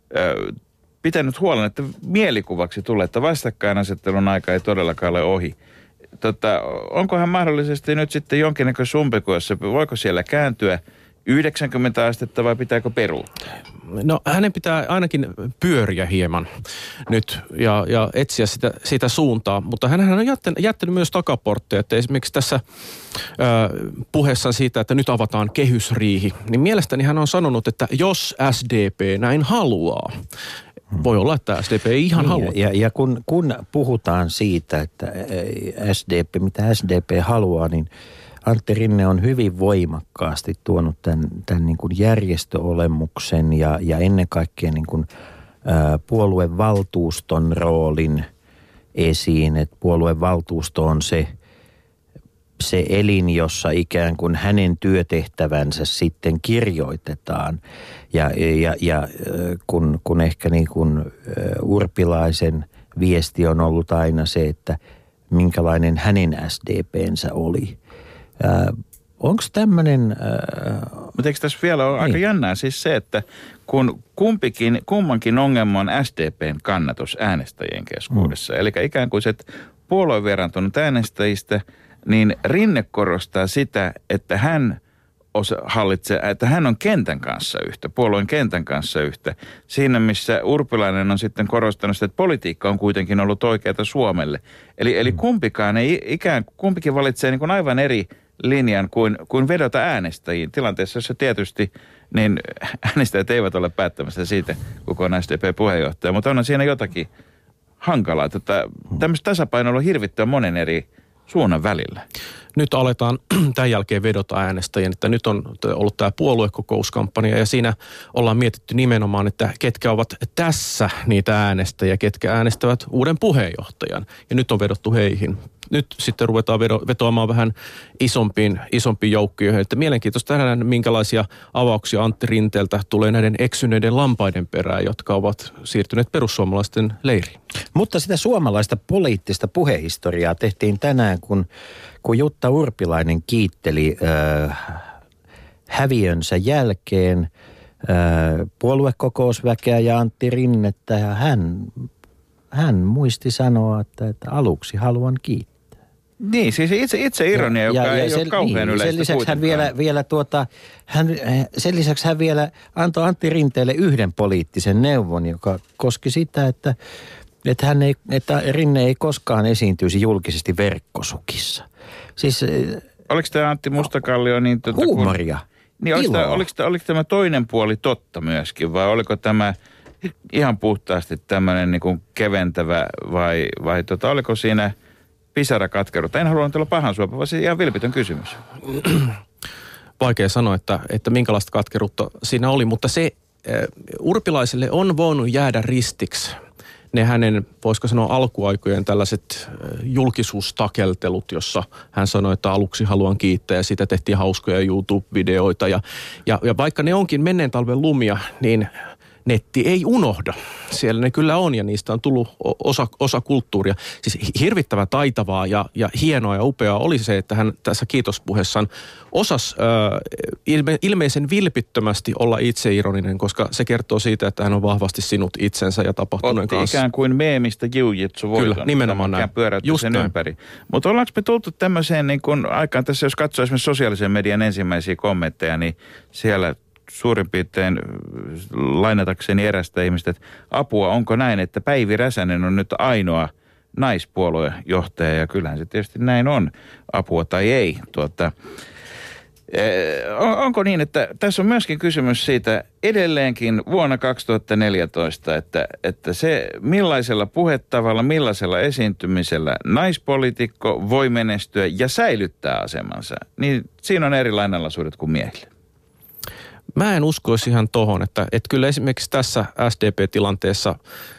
Ö, pitänyt huolen, että mielikuvaksi tulee, että vastakkainasettelun aika ei todellakaan ole ohi. Tota, onkohan mahdollisesti nyt sitten jonkinnäköisessä umpikujossa, voiko siellä kääntyä yhdeksänkymmentä astetta vai pitääkö peruuttaa? No hänen pitää ainakin pyöriä hieman nyt ja, ja etsiä sitä, sitä suuntaa, mutta hän on jättänyt, jättänyt myös takaportteja, että esimerkiksi tässä äh, puheessaan siitä, että nyt avataan kehysriihi, niin mielestäni hän on sanonut, että jos S D P näin haluaa, voi olla, että S D P ei ihan niin, halua. Ja, ja kun, kun puhutaan siitä, että S D P, mitä S D P haluaa, niin Antti Rinne on hyvin voimakkaasti tuonut tämän, tämän niin kuin järjestöolemuksen ja, ja ennen kaikkea niin kuin, ä, puoluevaltuuston roolin esiin. Että puoluevaltuusto on se, se elin, jossa ikään kuin hänen työtehtävänsä sitten kirjoitetaan. Ja, ja, ja kun, kun ehkä niin kuin Urpilaisen viesti on ollut aina se, että minkälainen hänen S D P:nsä oli. Onko tämmöinen... Mutta eikö tässä vielä ole niin. aika jännää siis se, että kun kumpikin, kummankin ongelma on S D P:n kannatus äänestäjien keskuudessa. Mm. Eli ikään kuin se puolueen verrantunut äänestäjistä, niin Rinne korostaa sitä, että hän osa, hallitsee, että hän on kentän kanssa yhtä, puolueen kentän kanssa yhtä. Siinä, missä Urpilainen on sitten korostanut sitä, että politiikka on kuitenkin ollut oikeata Suomelle. Eli, eli kumpikaan ei ikään, kumpikin valitsee niin kuin aivan eri linjan kuin, kuin vedota äänestäjiin. Tilanteessa, jossa tietysti niin äänestäjät eivät ole päättämässä siitä, kuka on S D P-puheenjohtaja, mutta on siinä jotakin hankalaa. Tätä, tämmöistä tasapainoa on hirvittävän monen eri suunnan välillä. Nyt aletaan tämän jälkeen vedota äänestäjien, että nyt on ollut tämä puoluekokouskampanja ja siinä ollaan mietitty nimenomaan, että ketkä ovat tässä niitä äänestäjiä, ketkä äänestävät uuden puheenjohtajan ja nyt on vedottu heihin. Nyt sitten ruvetaan vedo, vetoamaan vähän isompiin, isompiin joukkoihin, että mielenkiintoista nähdä, minkälaisia avauksia Antti Rinteeltä tulee näiden eksyneiden lampaiden perään, jotka ovat siirtyneet perussuomalaisten leiriin. Mutta sitä suomalaista poliittista puhehistoriaa tehtiin tänään, kun, kun Jutta Urpilainen kiitteli äh, häviönsä jälkeen äh, puoluekokousväkeä ja Antti Rinnettä ja hän, hän muisti sanoa, että, että aluksi haluan kiittää. Niin, siis itse, itse ironia, ja, joka ja, ei ja ole sen, kauhean niin, yleistä sen lisäksi hän vielä, vielä tuota, hän, sen lisäksi hän vielä antoi Antti Rinteelle yhden poliittisen neuvon, joka koski sitä, että, että, hän ei, että Rinne ei koskaan esiintyisi julkisesti verkkosukissa. Siis, oliko tämä Antti Mustakallio niin... Tuota, huumoria, kun, niin oliko, tämä, oliko, oliko tämä toinen puoli totta myöskin vai oliko tämä ihan puhtaasti tämmöinen niin kuin keventävä vai, vai tota, oliko siinä... pisara katkeruutta. En halua olla pahan suopa, vaan se ihan vilpitön kysymys. Vaikea sanoa, että, että minkälaista katkeruutta siinä oli, mutta se äh, Urpilaiselle on voinut jäädä ristiksi ne hänen, voisiko sanoa alkuaikojen tällaiset julkisuustakeltelut, jossa hän sanoi, että aluksi haluan kiittää ja siitä tehtiin hauskoja YouTube-videoita. Ja, ja, ja vaikka ne onkin menneen talven lumia, niin netti ei unohda. Siellä ne kyllä on ja niistä on tullut osa, osa kulttuuria. Siis hirvittävän taitavaa ja, ja hienoa ja upeaa oli se, että hän tässä kiitospuheessaan osasi äh, ilme, ilmeisen vilpittömästi olla itseironinen, koska se kertoo siitä, että hän on vahvasti sinut itsensä ja tapahtuneen Otti kanssa. ikään kuin meemistä jiu-jitsu voiton. Kyllä, nimenomaan näin. Just sen näin. Ympäri. Mutta ollaanko me tultu tämmöiseen niin kun aikaan tässä, jos katsoo esimerkiksi sosiaalisen median ensimmäisiä kommentteja, niin siellä suurin piirtein lainatakseni erästä ihmistä, että apua, onko näin, että Päivi Räsänen on nyt ainoa naispuoluejohtaja, ja kyllähän se tietysti näin on, apua tai ei. Tuota, onko niin, että tässä on myöskin kysymys siitä edelleenkin vuonna kaksituhattaneljätoista, että, että se millaisella puhettavalla, millaisella esiintymisellä naispoliitikko voi menestyä ja säilyttää asemansa, niin siinä on eri lainalaisuudet kuin miehillä. Mä en uskoisi ihan tohon, että, että kyllä esimerkiksi tässä S D P-tilanteessa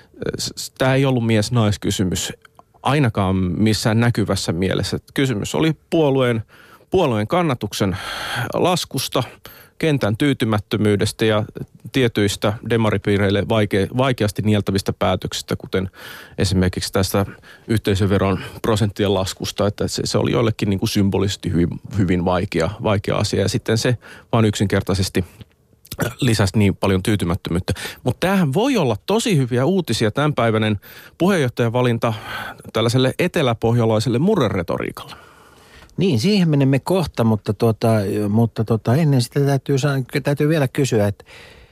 tämä ei ollut mies-naiskysymys ainakaan missään näkyvässä mielessä. Kysymys oli puolueen, puolueen kannatuksen laskusta, kentän tyytymättömyydestä ja tietyistä demaripiireille vaikea, vaikeasti nieltävistä päätöksistä, kuten esimerkiksi tästä yhteisöveron prosenttien laskusta, että se, se oli joillekin niin kuin symbolisesti hyvin, hyvin vaikea, vaikea asia. Ja sitten se vaan yksinkertaisesti lisäsi niin paljon tyytymättömyyttä. Mutta tämähän voi olla tosi hyviä uutisia tämänpäiväinen puheenjohtajan valinta tällaiselle eteläpohjalaiselle murreretoriikalle. Niin, siihen menemme kohta, mutta, tuota, mutta tuota, ennen sitä täytyy, täytyy vielä kysyä, että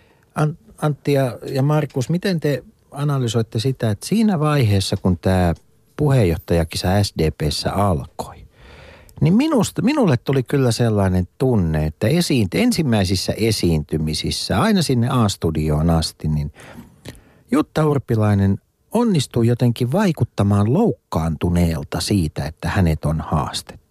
Antti ja, ja Markus, miten te analysoitte sitä, että siinä vaiheessa, kun tämä puheenjohtajakisa S D P:ssä alkoi, niin minusta, minulle tuli kyllä sellainen tunne, että esiin, ensimmäisissä esiintymisissä, aina sinne A-studioon asti, niin Jutta Urpilainen onnistui jotenkin vaikuttamaan loukkaantuneelta siitä, että hänet on haastettu.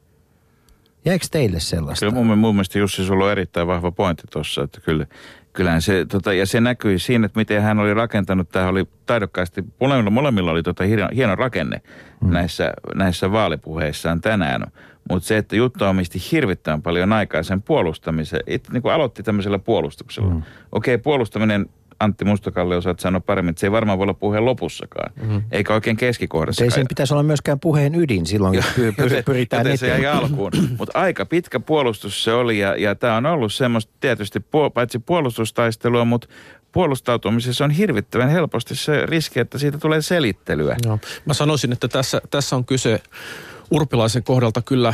Jäikö teille sellaista? Kyllä mun, mun mielestä Jussi, sulla on erittäin vahva pointti tuossa, että kyllä, kyllähän se, tota, ja se näkyi siinä, että miten hän oli rakentanut, tämä oli taidokkaasti, molemmilla, molemmilla oli tota hieno, hieno rakenne mm. näissä, näissä vaalipuheissaan tänään, mutta se, että Jutta omisti hirvittävän paljon aikaa sen puolustamiseen, it, niin kuin aloitti tämmöisellä puolustuksella. Mm. Okei, okay, puolustaminen, Antti Mustakalli osaat sanoa paremmin, että se ei varmaan voi olla puheen lopussakaan, mm-hmm. eikä oikein keskikohdassa. Ei sen pitäisi olla myöskään puheen ydin silloin, kun py- py- pyritään eteen. Se jäi alkuun, mutta aika pitkä puolustus se oli, ja, ja tämä on ollut semmoista tietysti puol- paitsi puolustustaistelua, mutta puolustautumisessa on hirvittävän helposti se riski, että siitä tulee selittelyä. Joo. Mä sanoisin, että tässä, tässä on kyse Urpilaisen kohdalta kyllä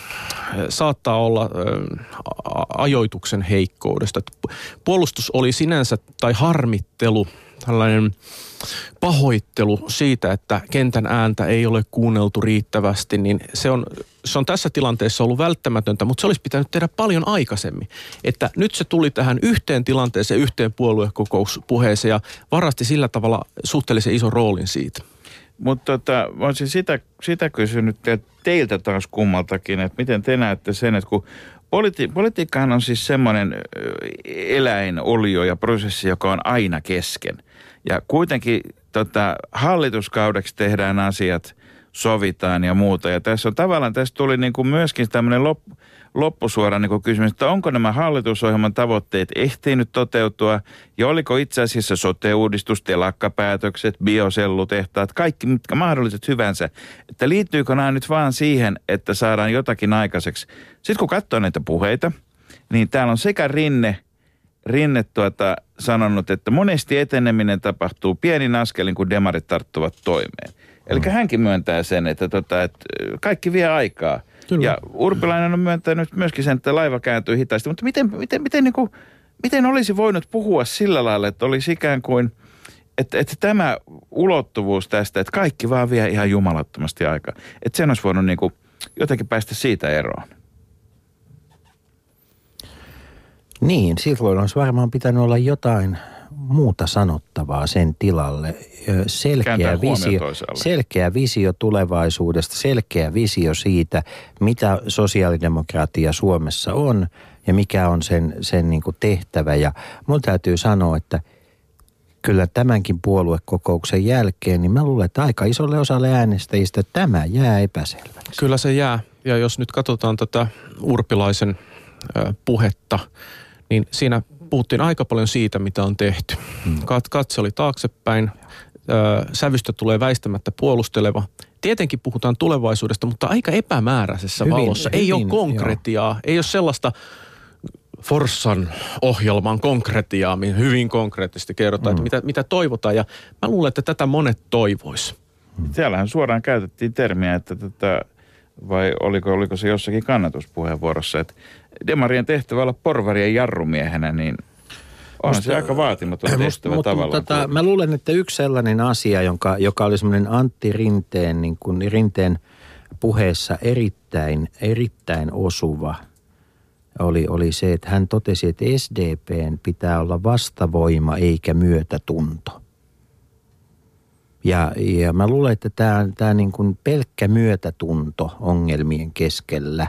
saattaa olla ajoituksen heikkoudesta. Puolustus oli sinänsä, tai harmittelu, tällainen pahoittelu siitä, että kentän ääntä ei ole kuunneltu riittävästi, niin se on, se on tässä tilanteessa ollut välttämätöntä, mutta se olisi pitänyt tehdä paljon aikaisemmin. Että nyt se tuli tähän yhteen tilanteeseen, yhteen puoluekokouspuheeseen ja varasti sillä tavalla suhteellisen ison roolin siitä. Mutta tota, olisin sitä, sitä kysynyt teiltä taas kummaltakin, että miten te näette sen, että kun politi- politiikkahan on siis semmoinen eläinolio ja prosessi, joka on aina kesken. Ja kuitenkin tota, hallituskaudeksi tehdään asiat, sovitaan ja muuta. Ja tässä on tavallaan, tässä tuli niin kuin myöskin tämmöinen lop- loppusuora niin kuin kysymys, että onko nämä hallitusohjelman tavoitteet ehtinyt toteutua ja oliko itse asiassa sote-uudistus, telakkapäätökset, biosellutehtaat, kaikki mitkä mahdolliset hyvänsä, että liittyykö nämä nyt vaan siihen, että saadaan jotakin aikaiseksi. Sitten kun katsoo näitä puheita, niin täällä on sekä Rinne, Rinne tuota, sanonut, että monesti eteneminen tapahtuu pienin askelin, kun demarit tarttuvat toimeen. Eli mm. hänkin myöntää sen, että, tota, että kaikki vie aikaa. Kyllä. Ja Urpilainen on myöntänyt myöskin sen, että laiva kääntyy hitaasti. Mutta miten, miten, miten, niin kuin, miten olisi voinut puhua sillä lailla, että olisi ikään kuin, että, että tämä ulottuvuus tästä, että kaikki vaan vie ihan jumalattomasti aikaa. Että sen olisi voinut niin kuin jotenkin päästä siitä eroon. Niin, silloin olisi varmaan pitänyt olla jotain muuta sanottavaa sen tilalle. Selkeä visio, selkeä visio tulevaisuudesta, selkeä visio siitä, mitä sosiaalidemokratia Suomessa on ja mikä on sen, sen niin kuin tehtävä. Ja mun täytyy sanoa, että kyllä tämänkin puoluekokouksen jälkeen, niin mä luulen, että aika isolle osalle äänestäjistä tämä jää epäselväksi. Kyllä se jää. Ja jos nyt katsotaan tätä Urpilaisen ö, puhetta, niin siinä puhuttiin aika paljon siitä, mitä on tehty. Hmm. Kat, katse oli taaksepäin. Ö, sävystä tulee väistämättä puolusteleva. Tietenkin puhutaan tulevaisuudesta, mutta aika epämääräisessä hyvin, valossa. Hyvin, ei ole konkretiaa, joo. Ei ole sellaista Forssan ohjelman konkretiaa, mihin hyvin konkreettisesti kerrotaan, mm. että mitä, mitä toivotaan. Ja mä luulen, että tätä monet toivois. Mm. Siellähän suoraan käytettiin termiä, että tätä, vai oliko, oliko se jossakin kannatuspuheenvuorossa, että demarien tehtävä olla porvarien jarrumiehenä, niin onhan se aika vaatimaton tehtävä mutta, tavallaan. Tota, mä luulen, että yksi sellainen asia, jonka, joka oli semmoinen Antti Rinteen, niin kuin Rinteen puheessa erittäin, erittäin osuva, oli, oli se, että hän totesi, että S D P:n pitää olla vastavoima eikä myötätunto. Ja, ja mä luulen, että tämä, tämä niin kuin pelkkä myötätunto ongelmien keskellä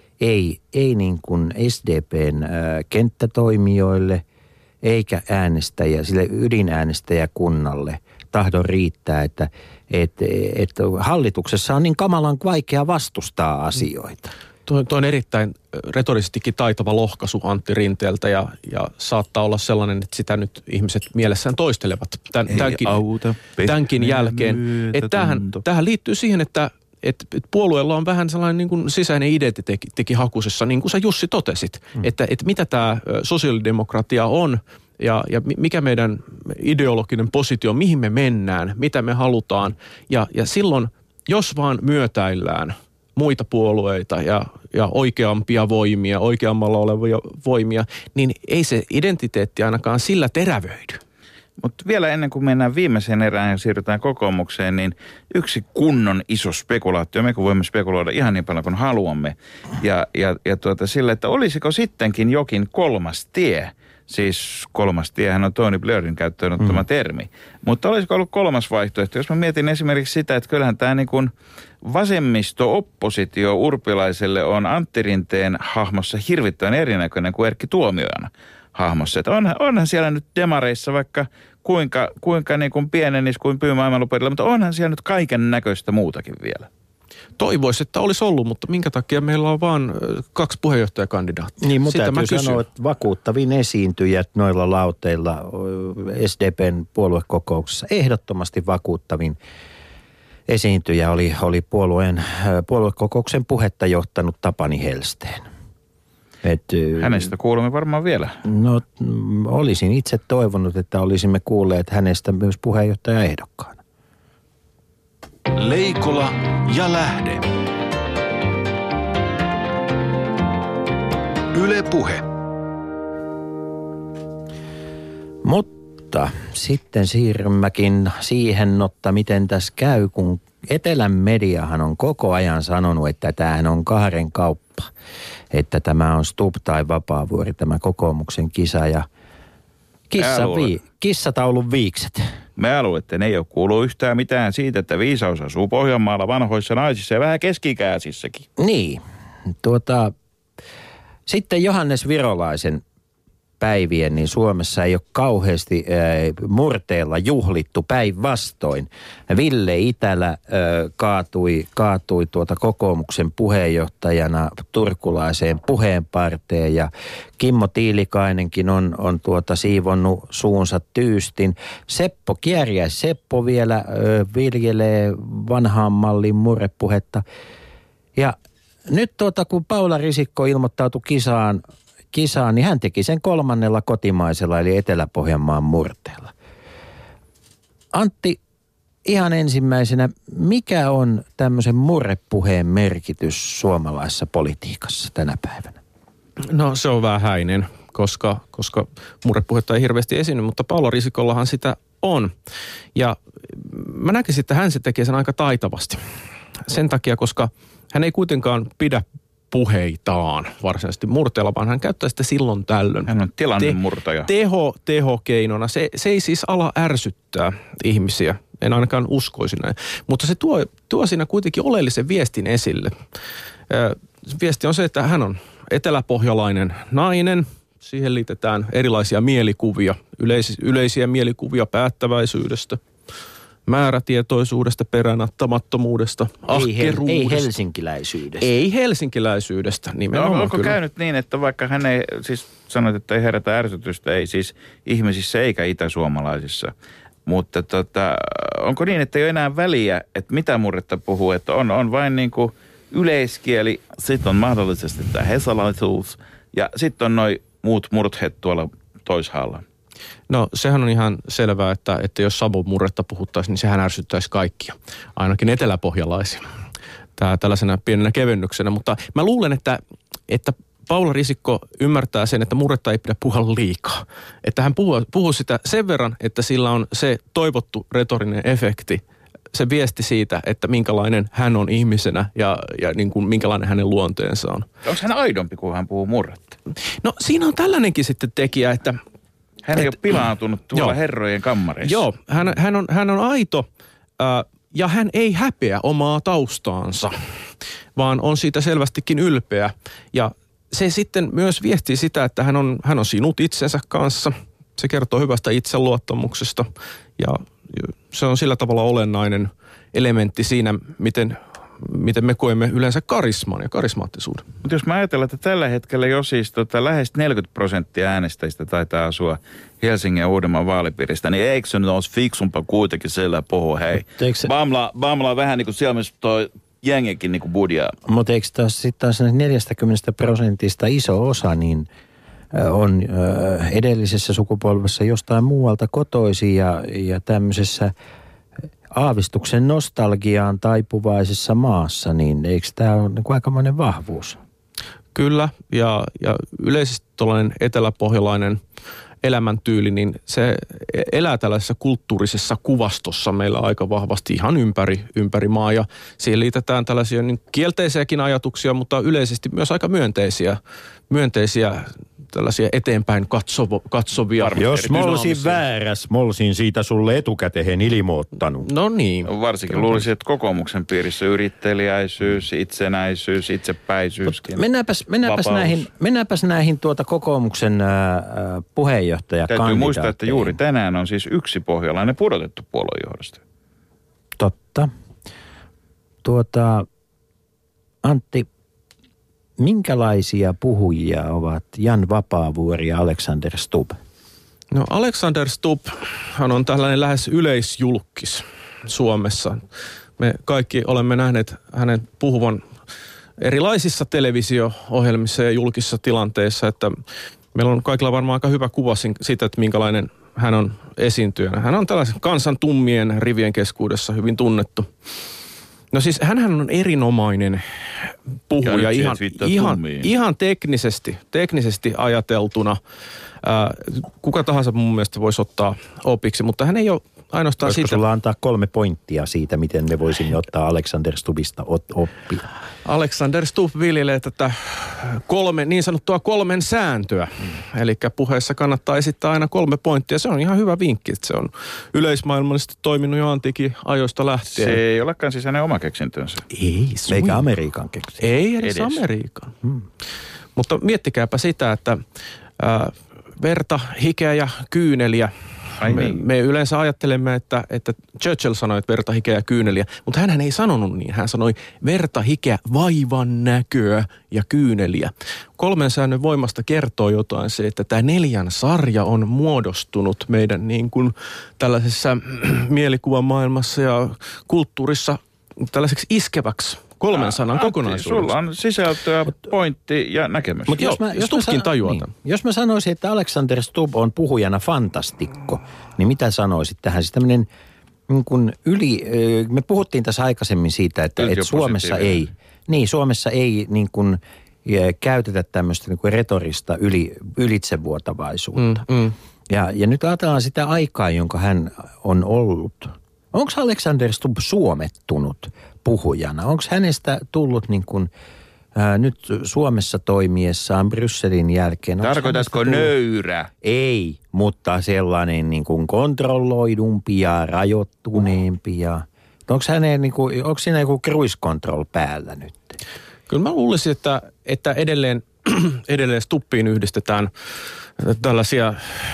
ei, ei niin kuin S D P:n äh, kenttätoimijoille eikä äänestäjä, sille ydinäänestäjäkunnalle tahdo riittää, että et, et hallituksessa on niin kamalan vaikea vastustaa asioita. Tuo, tuo on erittäin retorisestikin taitava lohkaisu Antti Rinteeltä ja, ja saattaa olla sellainen, että sitä nyt ihmiset mielessään toistelevat tän, tämänkin, auta, tämänkin jälkeen. Että tämähän, tämähän liittyy siihen, että et, et puolueella on vähän sellainen niin kuin sisäinen identiteetti hakusessa, niin kuin sä Jussi totesit, hmm. että et mitä tämä sosiaalidemokratia on ja, ja mikä meidän ideologinen positio, mihin me mennään, mitä me halutaan ja, ja silloin, jos vaan myötäillään muita puolueita ja, ja oikeampia voimia, oikeammalla olevia voimia, niin ei se identiteetti ainakaan sillä terävöidy. Mutta vielä ennen kuin mennään viimeiseen erään ja siirrytään kokoomukseen, niin yksi kunnon iso spekulaatio, me kun voimme spekuloida ihan niin paljon kuin haluamme, ja, ja, ja tuota, sillä, että olisiko sittenkin jokin kolmas tie, siis kolmas tiehän on Tony Blairin käyttöön ottama mm. termi, mutta olisiko ollut kolmas vaihtoehto, jos mä mietin esimerkiksi sitä, että kyllähän tämä niin kuin vasemmisto-oppositio Urpilaiselle on Antti Rinteen hahmossa hirvittävän erinäköinen kuin Erkki Tuomiojan hahmossa. Että onhan, onhan siellä nyt demareissa vaikka kuinka, kuinka niin kuin pienenis kuin pyy maailmanloperilla, mutta onhan siellä nyt kaiken näköistä muutakin vielä. Toivoisi, että olisi ollut, mutta minkä takia meillä on vain kaksi puheenjohtajakandidaattia? Niin, mutta täytyy sanoa, että vakuuttavin esiintyjät noilla lauteilla S D P:n puoluekokouksessa, ehdottomasti vakuuttavin esiintyjä oli, oli puolueen, puoluekokouksen puhetta johtanut Tapani Helsteen. Et, hänestä kuulemme varmaan vielä. No olisin itse toivonut, että olisimme kuulleet hänestä myös puheenjohtajaehdokkaana. Leikola ja Lähde. Yle Puhe. Mutta sitten siirrymmekin siihen, että miten tässä käy, kun Etelän mediahan on koko ajan sanonut, että tämähän on kahden kauppa. Että tämä on Stubb tai Vapaavuori, tämä kokoomuksen kisa ja kissa vii, kissataulun viikset. Mä luulen, että ne ei ole kuullut yhtään mitään siitä, että viisaus asuu Pohjanmaalla vanhoissa naisissa ja vähän keskikäisissäkin. Niin, tuota, sitten Johannes Virolaisen päivien, niin Suomessa ei ole kauheasti äh, murteella juhlittu, päinvastoin. Ville Itälä äh, kaatui, kaatui tuota kokoomuksen puheenjohtajana turkulaiseen puheenparteen ja Kimmo Tiilikainenkin on, on tuota siivonnut suunsa tyystin. Seppo Kierjäis, Seppo vielä äh, viljelee vanhaan mallin murrepuhetta. Ja nyt tuota, kun Paula Risikko ilmoittautui kisaan, kisaan, niin hän teki sen kolmannella kotimaisella, eli Etelä-Pohjanmaan murteella. Antti, ihan ensimmäisenä, mikä on tämmöisen murrepuheen merkitys suomalaisessa politiikassa tänä päivänä? No se on vähäinen, koska, koska murrepuhetta ei hirveästi esiinny, mutta Paula Risikollahan sitä on. Ja mä näkisin, että hän se tekee sen aika taitavasti. Sen takia, koska hän ei kuitenkaan pidä puheitaan varsinaisesti murteella, vaan hän käyttää sitä silloin tällöin. Hän on tilannemurtaja. Te, teho, tehokeinona. Se, se ei siis ala ärsyttää ihmisiä. En ainakaan uskoisi näin. Mutta se tuo, tuo siinä kuitenkin oleellisen viestin esille. Viesti on se, että hän on eteläpohjalainen nainen, Siihen liitetään erilaisia mielikuvia, yleis- yleisiä mielikuvia päättäväisyydestä, määrätietoisuudesta, peräännattamattomuudesta, ahkeruudesta. Ei, hel- ei helsinkiläisyydestä. Ei helsinkiläisyydestä, nimenomaan. No, onko kyllä. käynyt niin, että vaikka hän ei, siis sanoit, että ei herätä ärsytystä, ei siis ihmisissä eikä itäsuomalaisissa, mutta tota, onko niin, että ei ole enää väliä, että mitä murretta puhuu, että on, on vain niin kuin yleiskieli, sitten on mahdollisesti tämä hesalaisuus ja sitten on noi muut murthet tuolla toishaalla. No sehän on ihan selvää, että, että jos savun murretta puhuttaisiin, niin sehän ärsyttäisi kaikkia, ainakin eteläpohjalaisia. Tää tällaisena pienenä kevennyksenä, mutta mä luulen, että, että Paula Risikko ymmärtää sen, että murretta ei pidä puhua liikaa. Että hän puhuu, puhuu sitä sen verran, että sillä on se toivottu retorinen efekti, se viesti siitä, että minkälainen hän on ihmisenä ja, ja niin kuin minkälainen hänen luonteensa on. Onko hän aidompi, kun hän puhuu murretta? No siinä on tällainenkin sitten tekijä, että hän ei et, ole pilaantunut tuolla joo. herrojen kammareissa. Joo, hän, hän, on, hän on aito äh, ja hän ei häpeä omaa taustaansa, vaan on siitä selvästikin ylpeä. Ja se sitten myös viestii sitä, että hän on, hän on sinut itsensä kanssa. Se kertoo hyvästä itseluottamuksesta ja se on sillä tavalla olennainen elementti siinä, miten, miten me koemme yleensä karisman ja karismaattisuuden. Mutta jos mä ajatellaan, että tällä hetkellä jo siis tota, lähes neljäkymmentä prosenttia äänestäjistä taitaa asua Helsingin ja Uudenmaan vaalipiiristä, niin eikö se nyt olisi fiksumpaa kuitenkin siellä puhua, hei, se... Bamla, Bamla on vähän niin kuin siellä myös toi jengikin niin kuin budjaa. Mutta eikö taas sitten taas neljästäkymmenestä prosentista iso osa, niin on edellisessä sukupolvessa jostain muualta kotoisin ja, ja tämmöisessä aavistuksen nostalgiaan taipuvaisessa maassa, niin eikö tämä ole niin kuin aikamoinen vahvuus? Kyllä, ja, ja yleisesti tuollainen eteläpohjalainen elämäntyyli, niin se elää tällaisessa kulttuurisessa kuvastossa meillä aika vahvasti ihan ympäri, ympäri maa. Ja siihen liitetään tällaisia niin kielteisiäkin ajatuksia, mutta yleisesti myös aika myönteisiä, myönteisiä tällaisia eteenpäin katsovo, katsovia. Jos mä olisin vääräs, mä olisin siitä sulle etukäteen ilmoittanut. No niin. Varsinkin luulisin, että kokoomuksen piirissä yritteliäisyys, itsenäisyys, itsepäisyyskin. Mennäänpäs, mennäänpäs näihin, mennäänpäs näihin tuota kokoomuksen äh, puheenjohtajakandidaatteihin. Täytyy muistaa, että juuri tänään on siis yksi pohjalainen pudotettu puoluejohdosta. Totta. Tuota, Antti, minkälaisia puhujia ovat Jan Vapaavuori ja Alexander Stubb? No Alexander Stubb, hän on tällainen lähes yleisjulkis Suomessa. Me kaikki olemme nähneet hänen puhuvan erilaisissa televisio-ohjelmissa ja julkisissa tilanteissa, että meillä on kaikilla varmaan aika hyvä kuva siitä, että minkälainen hän on esiintyjänä. Hän on tällaisen kansan tummien rivien keskuudessa hyvin tunnettu. No siis hänhän on erinomainen puhuja ihan, ihan, ihan teknisesti, teknisesti ajateltuna. Ää, kuka tahansa mun mielestä voisi ottaa opiksi, mutta hän ei ole ainoastaan Voisiko siitä. sulla antaa kolme pointtia siitä, miten me voisimme ottaa Alexander Stubbista oppia? Alexander Stubb viljelee tätä kolme, niin sanottua kolmen sääntöä. Mm. Eli puheessa kannattaa esittää aina kolme pointtia. Se on ihan hyvä vinkki. Se on yleismaailmallisesti toiminut jo antiikin ajoista lähtien. Se ei olekaan siis hänen oma keksintönsä. Ei, eikä Amerikan keksintö. Ei edes, edes. Amerikan. Hmm. Mutta miettikääpä sitä, että ää, verta, hikeä ja kyyneliä. Me, niin. me yleensä ajattelemme, että, että Churchill sanoi, että verta, hikeä ja kyyneliä, mutta hänhän ei sanonut niin. Hän sanoi verta, hikeä, vaivan näköä ja kyyneliä. Kolmen säännön voimasta kertoo jotain se, että tämä neljän sarja on muodostunut meidän niin kuin tällaisessa mielikuvamaailmassa ja kulttuurissa tällaiseksi iskeväksi kolmen sanan kokonaisuudessa. Sulla on sisältöä, pointti ja näkemys. Mutta jos, mä, jos, mä san... niin. jos mä sanoisin, että Alexander Stubb on puhujana fantastikko, niin mitä sanoisit tähän? Siis tämmöinen niin kuin yli, me puhuttiin tässä aikaisemmin siitä, että, että Suomessa ei, niin Suomessa ei niin kuin käytetä tämmöistä niin kuin retorista yli, ylitsevuotavaisuutta. Mm, mm. Ja, ja nyt ajatellaan sitä aikaa, jonka hän on ollut. Onko Alexander Stubb suomettunut puhujana? Onko hänestä tullut niin kuin, ää, nyt Suomessa toimiessaan Brysselin jälkeen? Tarkoitatko tullut... nöyrä? Ei, mutta sellainen niin kuin kontrolloidumpi ja rajoittuneempi. Ja... Onko, hänen, niin kuin, onko siinä joku cruise control päällä nyt? Kyllä mä luulisin, että, että edelleen edelleen Stubbiin yhdistetään tällaisia,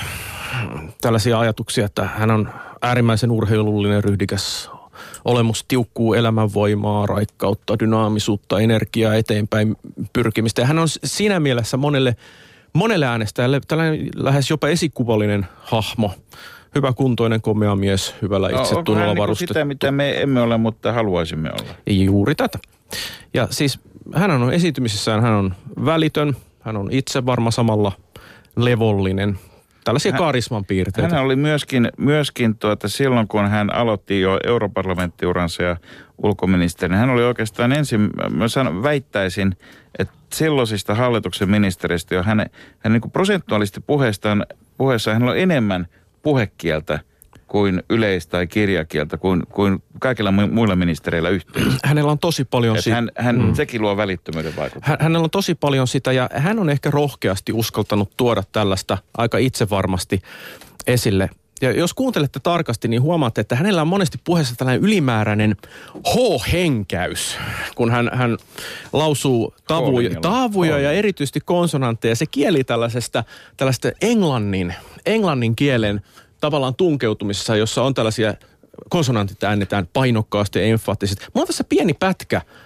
tällaisia ajatuksia, että hän on äärimmäisen urheilullinen, ryhdikäs olemus, tiukkuu elämänvoimaa, raikkautta, dynaamisuutta, energiaa, eteenpäin pyrkimistä. Ja hän on siinä mielessä monelle, monelle äänestäjälle tällainen lähes jopa esikuvallinen hahmo. Hyvä kuntoinen, komea mies, hyvällä no, itsetunnolla varustettu. Onko hän niin sitä, mitä me emme ole, mutta haluaisimme olla? Juuri tätä. Ja siis hän on esiintymisessään, hän on välitön, hän on itse varma samalla levollinen. Tällaisia hän, karisman piirteitä. Hän oli myöskin, myöskin tuota, silloin, kun hän aloitti jo europarlamenttiuransa ja ulkoministeri, hän oli oikeastaan ensin, mä sanon, väittäisin, että silloisista hallituksen ministeristä jo hän, hän niin kuin prosentuaalisesti puheestaan, puheessaan hän oli enemmän puhekieltä kuin yleis- tai kirjakieltä, kuin, kuin kaikilla muilla ministereillä yhteensä. Hänellä on tosi paljon sitä. Hän, hän mm. sekin luo välittömyyden vaikutusta. Hän, hänellä on tosi paljon sitä, ja hän on ehkä rohkeasti uskaltanut tuoda tällaista aika itsevarmasti esille. Ja jos kuuntelette tarkasti, niin huomaatte, että hänellä on monesti puheessa tällainen ylimääräinen H-henkäys, kun hän, hän lausuu tavuja, tavuja ja erityisesti konsonantteja. Se kieli tällaisesta, tällaista englannin, englannin kielen tavallaan tunkeutumisessa, jossa on tällaisia konsonantit äänetään painokkaasti ja emfaattisesti. Mulla on tässä pieni pätkä äh,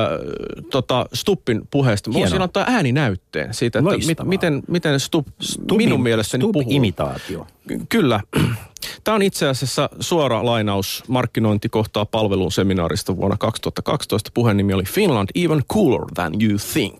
tota Stubbin puheesta. Mä voisin ottaa ääninäytteen siitä, että mit, miten, miten Stubb Stubbin, minun mielestäni Stubb puhuu. imitaatio. Kyllä. Tämä on itse asiassa suora lainaus markkinointi kohtaa palvelun seminaarista vuonna kaksituhattakaksitoista. Puheen nimi oli Finland even cooler than you think.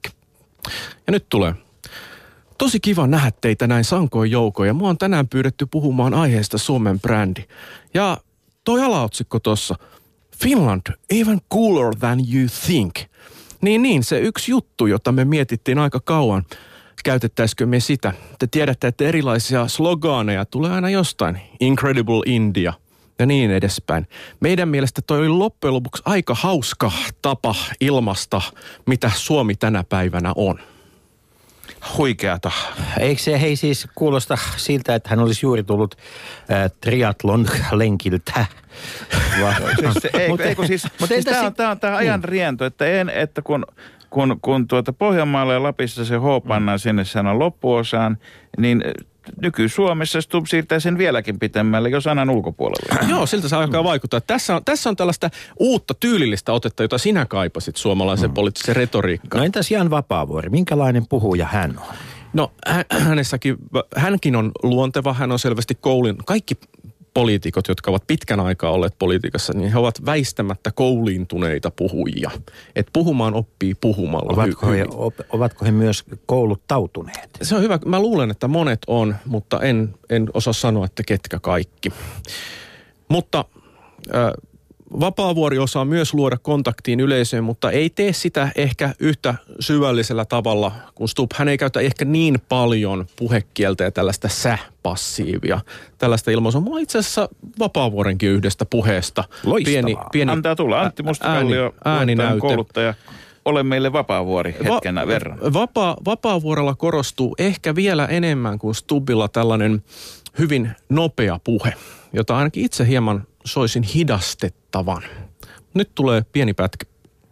Ja nyt tulee. Tosi kiva nähdä teitä näin sankoin joukoin ja mua on tänään pyydetty puhumaan aiheesta Suomen brändi. Ja toi alaotsikko tossa, Finland even cooler than you think. Niin niin, se yksi juttu, jota me mietittiin aika kauan. Käytettäisikö me sitä? Te tiedätte, että erilaisia slogaaneja tulee aina jostain. Incredible India ja niin edespäin. Meidän mielestä toi oli loppujen lopuksi aika hauska tapa ilmasta, mitä Suomi tänä päivänä on. Huikeata. Eikö se hei siis kuulosta siltä, että hän olisi juuri tullut äh, triathlon-lenkiltä? siis, eikö, eikö siis, siis tämä on, tää on tämä ajan riento, että, en, että kun, kun, kun tuota Pohjanmaalla ja Lapissa se H pannaan mm. sinne sanan loppuosaan, niin nyky-Suomessa Stubb siirtää sen vieläkin pitemmälle, jos sanan ulkopuolella. Joo, siltä se alkaa vaikuttaa. Tässä on, tässä on tällaista uutta tyylillistä otetta, jota sinä kaipasit suomalaisen mm. poliittisen retoriikkaan. No entäs Jan Vapaavuori, minkälainen puhuja hän on? No hänessäkin, hänkin on luonteva, hän on selvästi koulin, kaikki poliitikot, jotka ovat pitkän aikaa olleet politiikassa, niin he ovat väistämättä kouliintuneita puhujia. Että puhumaan oppii puhumalla. Ovatko he, ovatko he myös kouluttautuneet? Se on hyvä. Mä luulen, että monet on, mutta en, en osaa sanoa, että ketkä kaikki. Mutta äh, Vapaavuori osaa myös luoda kontaktiin yleisöön, mutta ei tee sitä ehkä yhtä syvällisellä tavalla kuin Stubb. Hän ei käytä ehkä niin paljon puhekieltä ja tällaista sä-passiivia, tällaista ilmaisua. Mulla on itse asiassa Vapaavuorenkin yhdestä puheesta. Loistavaa. Pieni, pieni Antaa tulla. Antti Mustakallio, kouluttaja. Ole meille Vapaavuori hetkenä Va- verran. Vapaa, Vapaavuorella korostuu ehkä vielä enemmän kuin Stubbilla tällainen hyvin nopea puhe, jota ainakin itse hieman soisin hidastettavan. Nyt tulee pieni pätkä.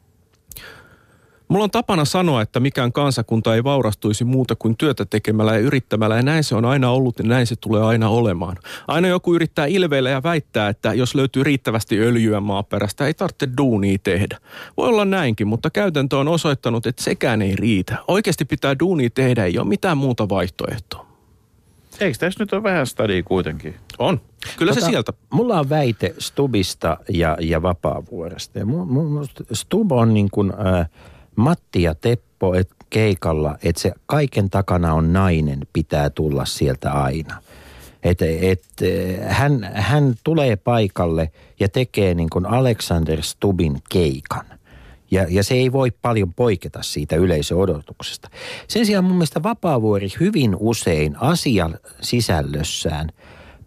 Mulla on tapana sanoa, että mikään kansakunta ei vaurastuisi muuta kuin työtä tekemällä ja yrittämällä, ja näin se on aina ollut ja näin se tulee aina olemaan. Aina joku yrittää ilveillä ja väittää, että jos löytyy riittävästi öljyä maaperästä, ei tarvitse duunia tehdä. Voi olla näinkin, mutta käytäntö on osoittanut, että sekään ei riitä. Oikeasti pitää duunia tehdä, ei ole mitään muuta vaihtoehtoa. Eikö tässä nyt ole vähän stadia kuitenkin? On. Kyllä tota, se sieltä. Mulla on väite Stubbista ja, ja Vapaavuoresta. Ja mu, mu, Stubb on niin kuin äh, Matti ja Teppo et keikalla, että se kaiken takana on nainen, pitää tulla sieltä aina. Että et, hän, hän tulee paikalle ja tekee niin kuin Alexander Stubbin keikan. Ja, ja se ei voi paljon poiketa siitä yleisöodotuksesta. Sen sijaan mun mielestä Vapaavuori hyvin usein asian sisällössään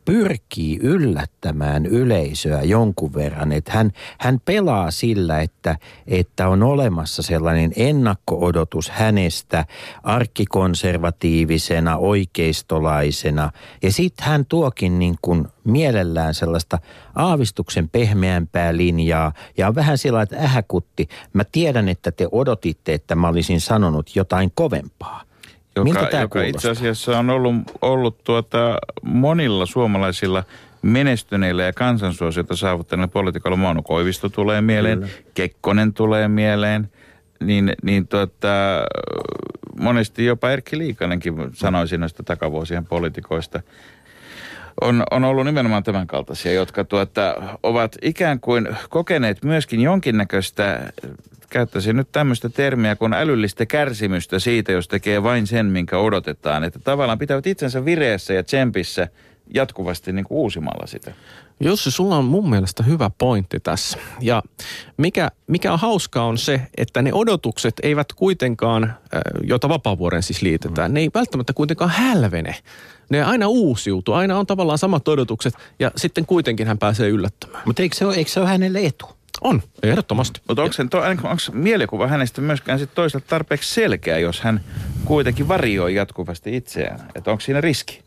pyrkii yllättämään yleisöä jonkun verran. Että hän, hän pelaa sillä, että, että on olemassa sellainen ennakko-odotus hänestä arkkikonservatiivisena, oikeistolaisena. Ja sitten hän tuokin niin kuin mielellään sellaista aavistuksen pehmeämpää linjaa ja on vähän sillä, että ähäkutti. Mä tiedän, että te odotitte, että mä olisin sanonut jotain kovempaa. Joka, joka itse asiassa on ollut, ollut tuota monilla suomalaisilla menestyneillä ja kansansuosiota saavuttaneilla poliitikoilla. Mauno Koivisto tulee mieleen, Kyllä. Kekkonen tulee mieleen, niin, niin tuota, monesti jopa Erkki Liikanenkin sanoisi noista takavuosien poliitikoista. On, on ollut nimenomaan tämän kaltaisia, jotka tuota, ovat ikään kuin kokeneet myöskin jonkinnäköistä, käyttäisin nyt tämmöistä termiä kuin älyllistä kärsimystä siitä, jos tekee vain sen, minkä odotetaan. Että tavallaan pitävät itsensä vireessä ja tsempissä jatkuvasti niin kuin uusimalla sitä. Jussi, sulla on mun mielestä hyvä pointti tässä. Ja mikä, mikä on hauskaa on se, että ne odotukset eivät kuitenkaan, joita Vapaavuoren siis liitetään, mm. ne ei välttämättä kuitenkaan hälvene. Ne aina uusiutuu, aina on tavallaan samat odotukset ja sitten kuitenkin hän pääsee yllättämään. Mutta eikö se ole, eikö se ole hänelle etu? On, ehdottomasti. Mutta onko, onko mielikuva hänestä myöskään sit toisaalta tarpeeksi selkeä, jos hän kuitenkin varioi jatkuvasti itseään? Että onko siinä riski?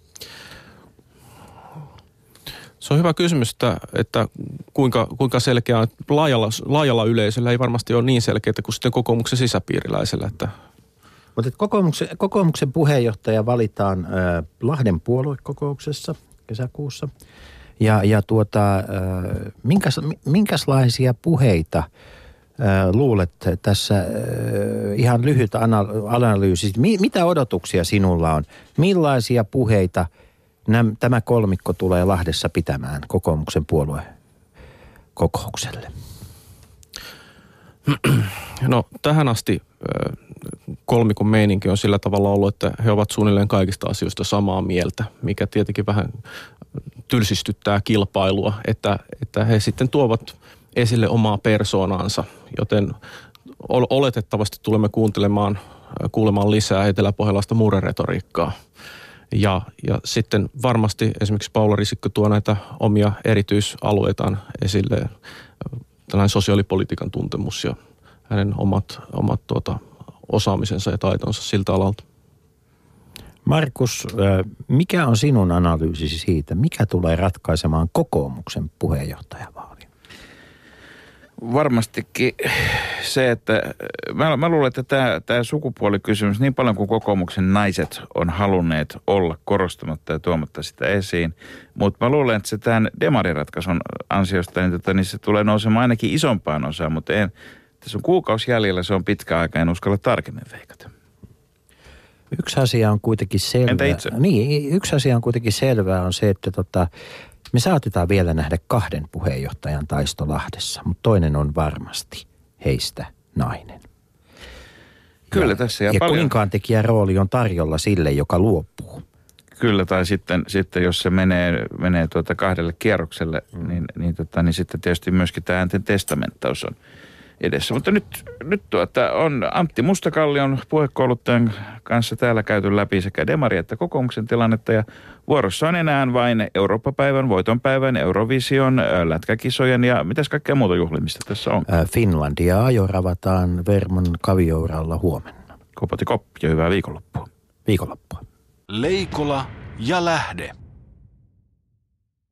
Se on hyvä kysymys, että, että kuinka, kuinka selkeä on. Laajalla, laajalla yleisöllä ei varmasti ole niin selkeää kuin sitten kokoomuksen sisäpiiriläisellä. Että... Mutta kokoomuksen, kokoomuksen puheenjohtaja valitaan äh, Lahden puoluekokouksessa kesäkuussa. Ja, ja tuota, äh, minkäs, minkälaisia puheita äh, luulet tässä äh, ihan lyhyt analyysi, Mi, mitä odotuksia sinulla on? Millaisia puheita Näm, tämä kolmikko tulee Lahdessa pitämään kokoomuksen puoluekokoukselle? No tähän asti kolmikon meininki on sillä tavalla ollut, että he ovat suunnilleen kaikista asioista samaa mieltä, mikä tietenkin vähän tylsistyttää kilpailua, että, että he sitten tuovat esille omaa persoonansa, joten oletettavasti tulemme kuuntelemaan, kuulemaan lisää eteläpohjalaista murreretoriikkaa. Ja, ja sitten varmasti esimerkiksi Paula Risikko tuo näitä omia erityisalueitaan esille, tällainen sosiaalipolitiikan tuntemus ja hänen omat, omat tuota, osaamisensa ja taitonsa siltä alalta. Markus, mikä on sinun analyysisi siitä, mikä tulee ratkaisemaan kokoomuksen puheenjohtajavaalin? Varmastikin se, että mä, mä luulen, että tämä, tämä sukupuolikysymys, niin paljon kuin kokoomuksen naiset on halunneet olla korostamatta ja tuomatta sitä esiin, mutta mä luulen, että se tämän demariratkaisun ansiosta, niin, tota, niin se tulee nousemaan ainakin isompaan osaan, mutta en, tässä on kuukausi jäljellä, se on pitkä aika, en uskalla tarkemmin veikata. Yksi asia on kuitenkin selvä. Entä itse? Niin, yksi asia on kuitenkin selvää on se, että tota, me saatetaan vielä nähdä kahden puheenjohtajan taisto Lahdessa, mutta toinen on varmasti heistä nainen. Kyllä ja, tässä ja, ja paljon. kuninkaan tekijän rooli on tarjolla sille, joka luopuu. Kyllä, tai sitten, sitten jos se menee, menee tuota kahdelle kierrokselle, mm. niin, niin, tota, niin sitten tietysti myöskin tämä äänten testamenttaus on edessä. Mutta nyt, nyt tuota, on Antti Mustakallion puhekouluttajan kanssa täällä käyty läpi sekä demari- että kokoomuksen tilannetta. Ja vuorossa on enää vain Eurooppa-päivän, voitonpäivän, Eurovision, lätkäkisojen ja mitäs kaikkea muuta juhlimista tässä on? Finlandia ajoravataan Vermon kaviouralla huomenna. Kopoti koppi ja hyvää viikonloppua. Viikonloppua. Leikola ja Lähde.